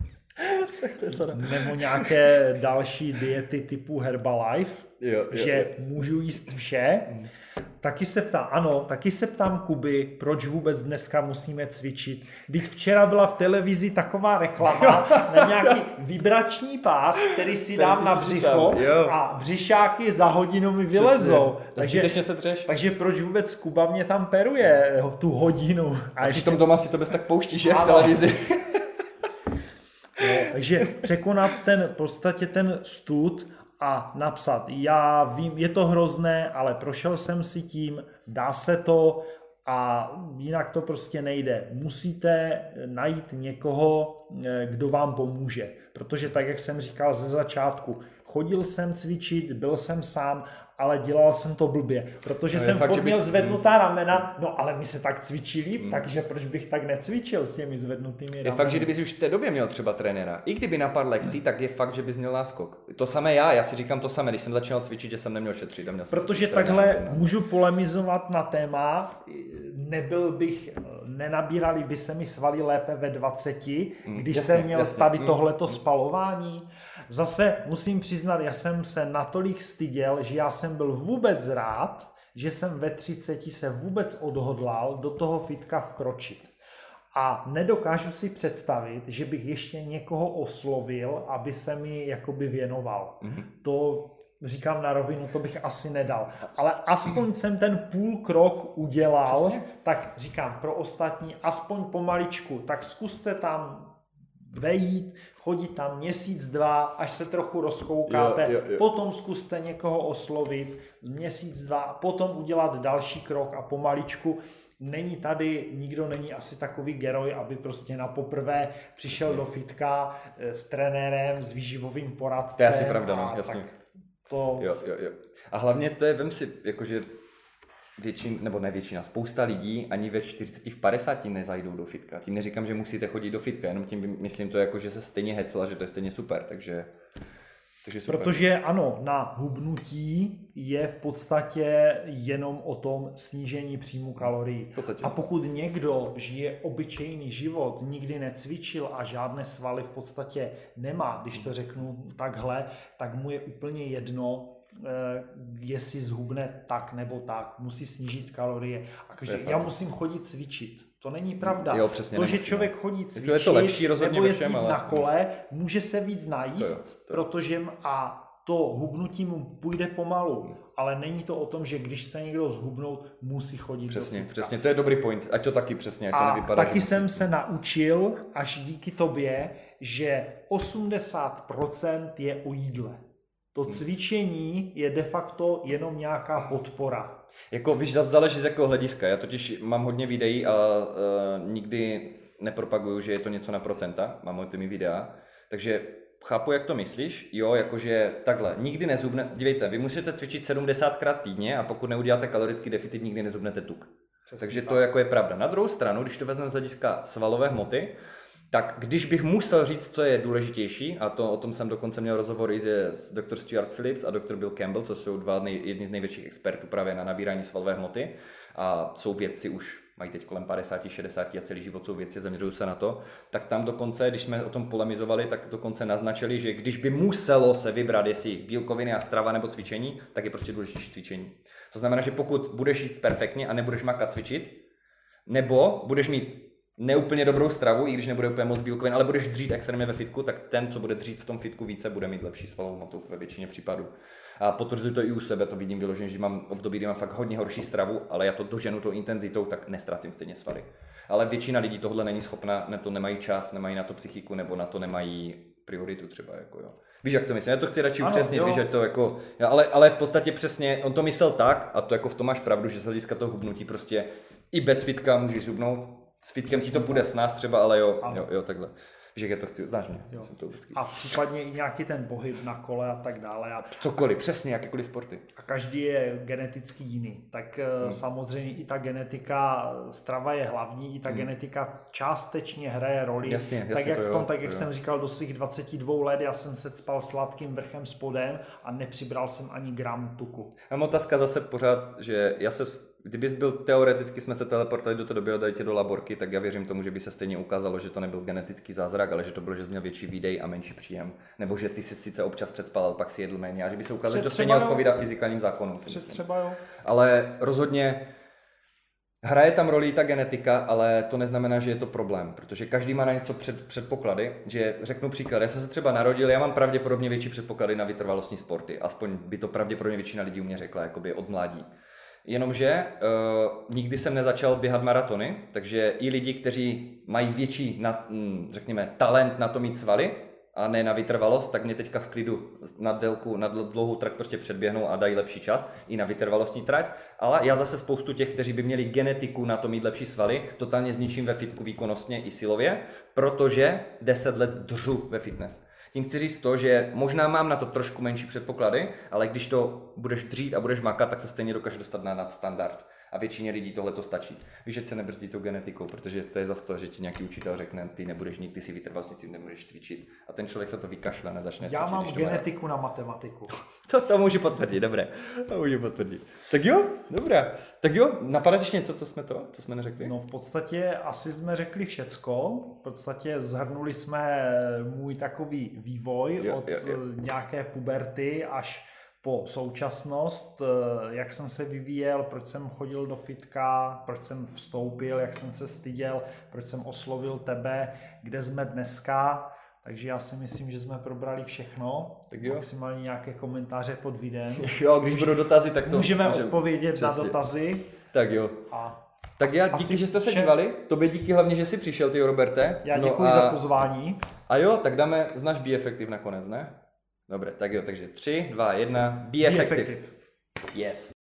Nebo nějaké další diety typu Herbalife, že můžu jíst vše. Taky se ptám Kuby, proč vůbec dneska musíme cvičit. Když včera byla v televizi taková reklama na nějaký vibrační pás, který si dám na břicho a břišáky za hodinu mi vylezou. Takže proč vůbec Kuba mě tam peruje tu hodinu.
A přitom doma si to bez tak pouští, že v televizi.
Takže překonat ten stud a napsat, já vím, je to hrozné, ale prošel jsem si tím, dá se to a jinak to prostě nejde. Musíte najít někoho, kdo vám pomůže, protože tak, jak jsem říkal ze začátku, chodil jsem cvičit, byl jsem sám, ale dělal jsem to blbě, protože jsem fakt měl zvednutá ramena, no ale my se tak cvičili, takže proč bych tak necvičil s těmi zvednutými rameny?
Je fakt, že kdybys už v té době měl třeba trenéra, i kdyby na pár lekcí, tak je fakt, že bys měl náskok. To samé já si říkám to samé, když jsem začal cvičit, že jsem neměl šetřit. Protože
takhle můžu polemizovat na téma, nebyl bych nenabírali by se mi svaly lépe ve 20, když jsem měl tady tohleto spalování. Zase musím přiznat, já jsem se natolik styděl, že já jsem byl vůbec rád, že jsem ve 30 se vůbec odhodlal do toho fitka vkročit. A nedokážu si představit, že bych ještě někoho oslovil, aby se mi jakoby věnoval. To říkám na rovinu, to bych asi nedal. Ale aspoň jsem ten půl krok udělal, přesně. Tak říkám pro ostatní, aspoň pomaličku, tak zkuste tam vejít, chodit tam měsíc, 2, až se trochu rozkoukáte, jo. Potom zkuste někoho oslovit, měsíc, 2, a potom udělat další krok a pomaličku. Nikdo není asi takový geroj, aby prostě na poprvé přišel do fitka s trenérem, s výživovým poradcem.
To je asi pravda, no, jasně. Jo. A hlavně to je, vem si, jakože spousta lidí ani ve 40, v 50 nezajdou do fitka. Tím neříkám, že musíte chodit do fitka, jenom tím myslím to jako, že se stejně hecla, že to je stejně super, takže super.
Protože ano, na hubnutí je v podstatě jenom o tom snížení příjmu kalorií. A pokud někdo žije obyčejný život, nikdy necvičil a žádné svaly v podstatě nemá, když to řeknu takhle, tak mu je úplně jedno, jestli zhubne tak nebo tak, musí snížit kalorie. A já musím chodit cvičit. To není pravda.
Jo, přesně,
to, že člověk chodí cvičit,
je to lepší,
nebo jezdit na kole, může se víc najíst, protože to hubnutí mu půjde pomalu. Ale není to o tom, že když se někdo zhubnout, musí chodit do fitka.
Přesně, to je dobrý point. Ať to taky přesně, ať to nevypadá.
A taky jsem se naučil, až díky tobě, že 80% je o jídle. To cvičení je de facto jenom nějaká podpora.
Jako víš, zase záleží z jakého hlediska. Já totiž mám hodně videí a nikdy nepropaguju, že je to něco na procenta. Mám hodně videa. Takže chápu, jak to myslíš. Jo, jakože takhle. Nikdy nezhubne. Dívejte, vy musíte cvičit 70krát týdně a pokud neuděláte kalorický deficit, nikdy nezhubnete tuk. Přesně. Takže to jako je pravda. Na druhou stranu, když to vezmeme z hlediska svalové hmoty, tak když bych musel říct, co je důležitější, a o tom jsem dokonce měl rozhovor i s Dr. Stuart Phillips a Dr. Bill Campbell, co jsou jedni z největších expertů právě na nabírání svalové hmoty a jsou vědci už, mají teď kolem 50, 60 a celý život jsou vědci, zaměřují se na to, tak tam dokonce, když jsme o tom polemizovali, tak dokonce naznačili, že když by muselo se vybrat, jestli bílkoviny a strava nebo cvičení, tak je prostě důležitější cvičení. To znamená, že pokud budeš jíst perfektně a nebudeš makat cvičit, nebo budeš mít neúplně dobrou stravu, i když nebude úplně moc bílkovin, ale budeš dřít extrémně ve fitku, tak ten, co bude dřít v tom fitku více, bude mít lepší svalovou hmotu ve většině případů. A potvrzuji to i u sebe, to vidím vyloženě, že mám období, kdy mám fakt hodně horší stravu, ale já to doženu tou intenzitou, tak nestrácím stejně svaly. Ale většina lidí tohle není schopna, to nemají čas, nemají na to psychiku, nebo na to nemají prioritu třeba, jako jo. Víš, jak to myslím? Já to chci radši upřesnit, víš, že to jako, ale v podstatě přesně, on to myslel tak, a to jako v tom máš pravdu, že z hlediska toho hubnutí prostě i bez fitka můžeš hubnout. S fitkem ti to půjde s nás třeba, ale jo, takhle. Víš, jak já to chci, znáš mě. To
a případně i nějaký ten pohyb na kole a tak dále.
Cokoliv, přesně, jakékoliv sporty.
A každý je geneticky jiný. Tak samozřejmě i ta genetika, strava je hlavní, i ta genetika částečně hraje roli.
Jasně,
tak jak v tom, tak jak jsem říkal, do svých 22 let já jsem se cpal sladkým vrchem spodem a nepřibral jsem ani gram tuku.
Mám otázka zase pořád, že kdybys byl teoreticky, jsme se teleportovali do té doby, dali tě do laborky, tak já věřím tomu, že by se stejně ukázalo, že to nebyl genetický zázrak, ale že to bylo, že jsi měl větší výdej a menší příjem. Nebo že ty jsi sice občas předspal, ale pak si jedl méně a že by se ukázalo, že to stejně odpovídá fyzikálním zákonům.
Třeba jo.
Ale rozhodně hraje tam roli ta genetika, ale to neznamená, že je to problém, protože každý má na něco předpoklady, že řeknu příklad, já jsem se třeba narodil, já mám pravděpodobně větší předpoklady na vytrvalostní sporty, aspoň by to pravděpodobně většina lidí u mě řekla, jakoby od mládí. Jenomže nikdy jsem nezačal běhat maratony, takže i lidi, kteří mají větší, řekněme, talent na to mít svaly a ne na vytrvalost, tak mě teďka v klidu na dlouhou trať prostě předběhnou a dají lepší čas i na vytrvalostní trať. Ale já zase spoustu těch, kteří by měli genetiku na to mít lepší svaly, totálně zničím ve fitku výkonnostně i silově, protože 10 let držu ve fitness. Tím chci říct to, že možná mám na to trošku menší předpoklady, ale když to budeš dřít a budeš makat, tak se stejně dokážeš dostat na nadstandard. A většině lidí tohle to stačí. Víš, že se nebrzdí tou genetikou, protože to je zase to, že ti nějaký učitel řekne, ty nebudeš nikdy, ty si vytrvalostní, ty nebudeš cvičit. A ten člověk se to vykašle, nezačne cvičit.
Já mám genetiku na matematiku.
To můžu potvrdit, dobré. To můžu potvrdit. Tak jo, dobré. Tak jo, napadá ještě něco, co jsme neřekli?
No v podstatě asi jsme řekli všecko. V podstatě zhrnuli jsme můj takový vývoj od nějaké puberty až po současnost, jak jsem se vyvíjel, proč jsem chodil do fitka, proč jsem vstoupil, jak jsem se styděl, proč jsem oslovil tebe, kde jsme dneska. Takže já si myslím, že jsme probrali všechno.
Tak jo.
Maximálně nějaké komentáře pod videem.
Jo, když budou dotazy, tak to
můžeme odpovědět přesně na dotazy.
Tak jo. Tak já díky, že jste se dívali. Tobě díky hlavně, že jsi přišel, ty Roberte.
Já děkuji za pozvání.
A jo, tak dáme, znáš Be Effective nakonec, ne? Dobré, tak jo, takže 3, 2, 1, Be Effective. Yes.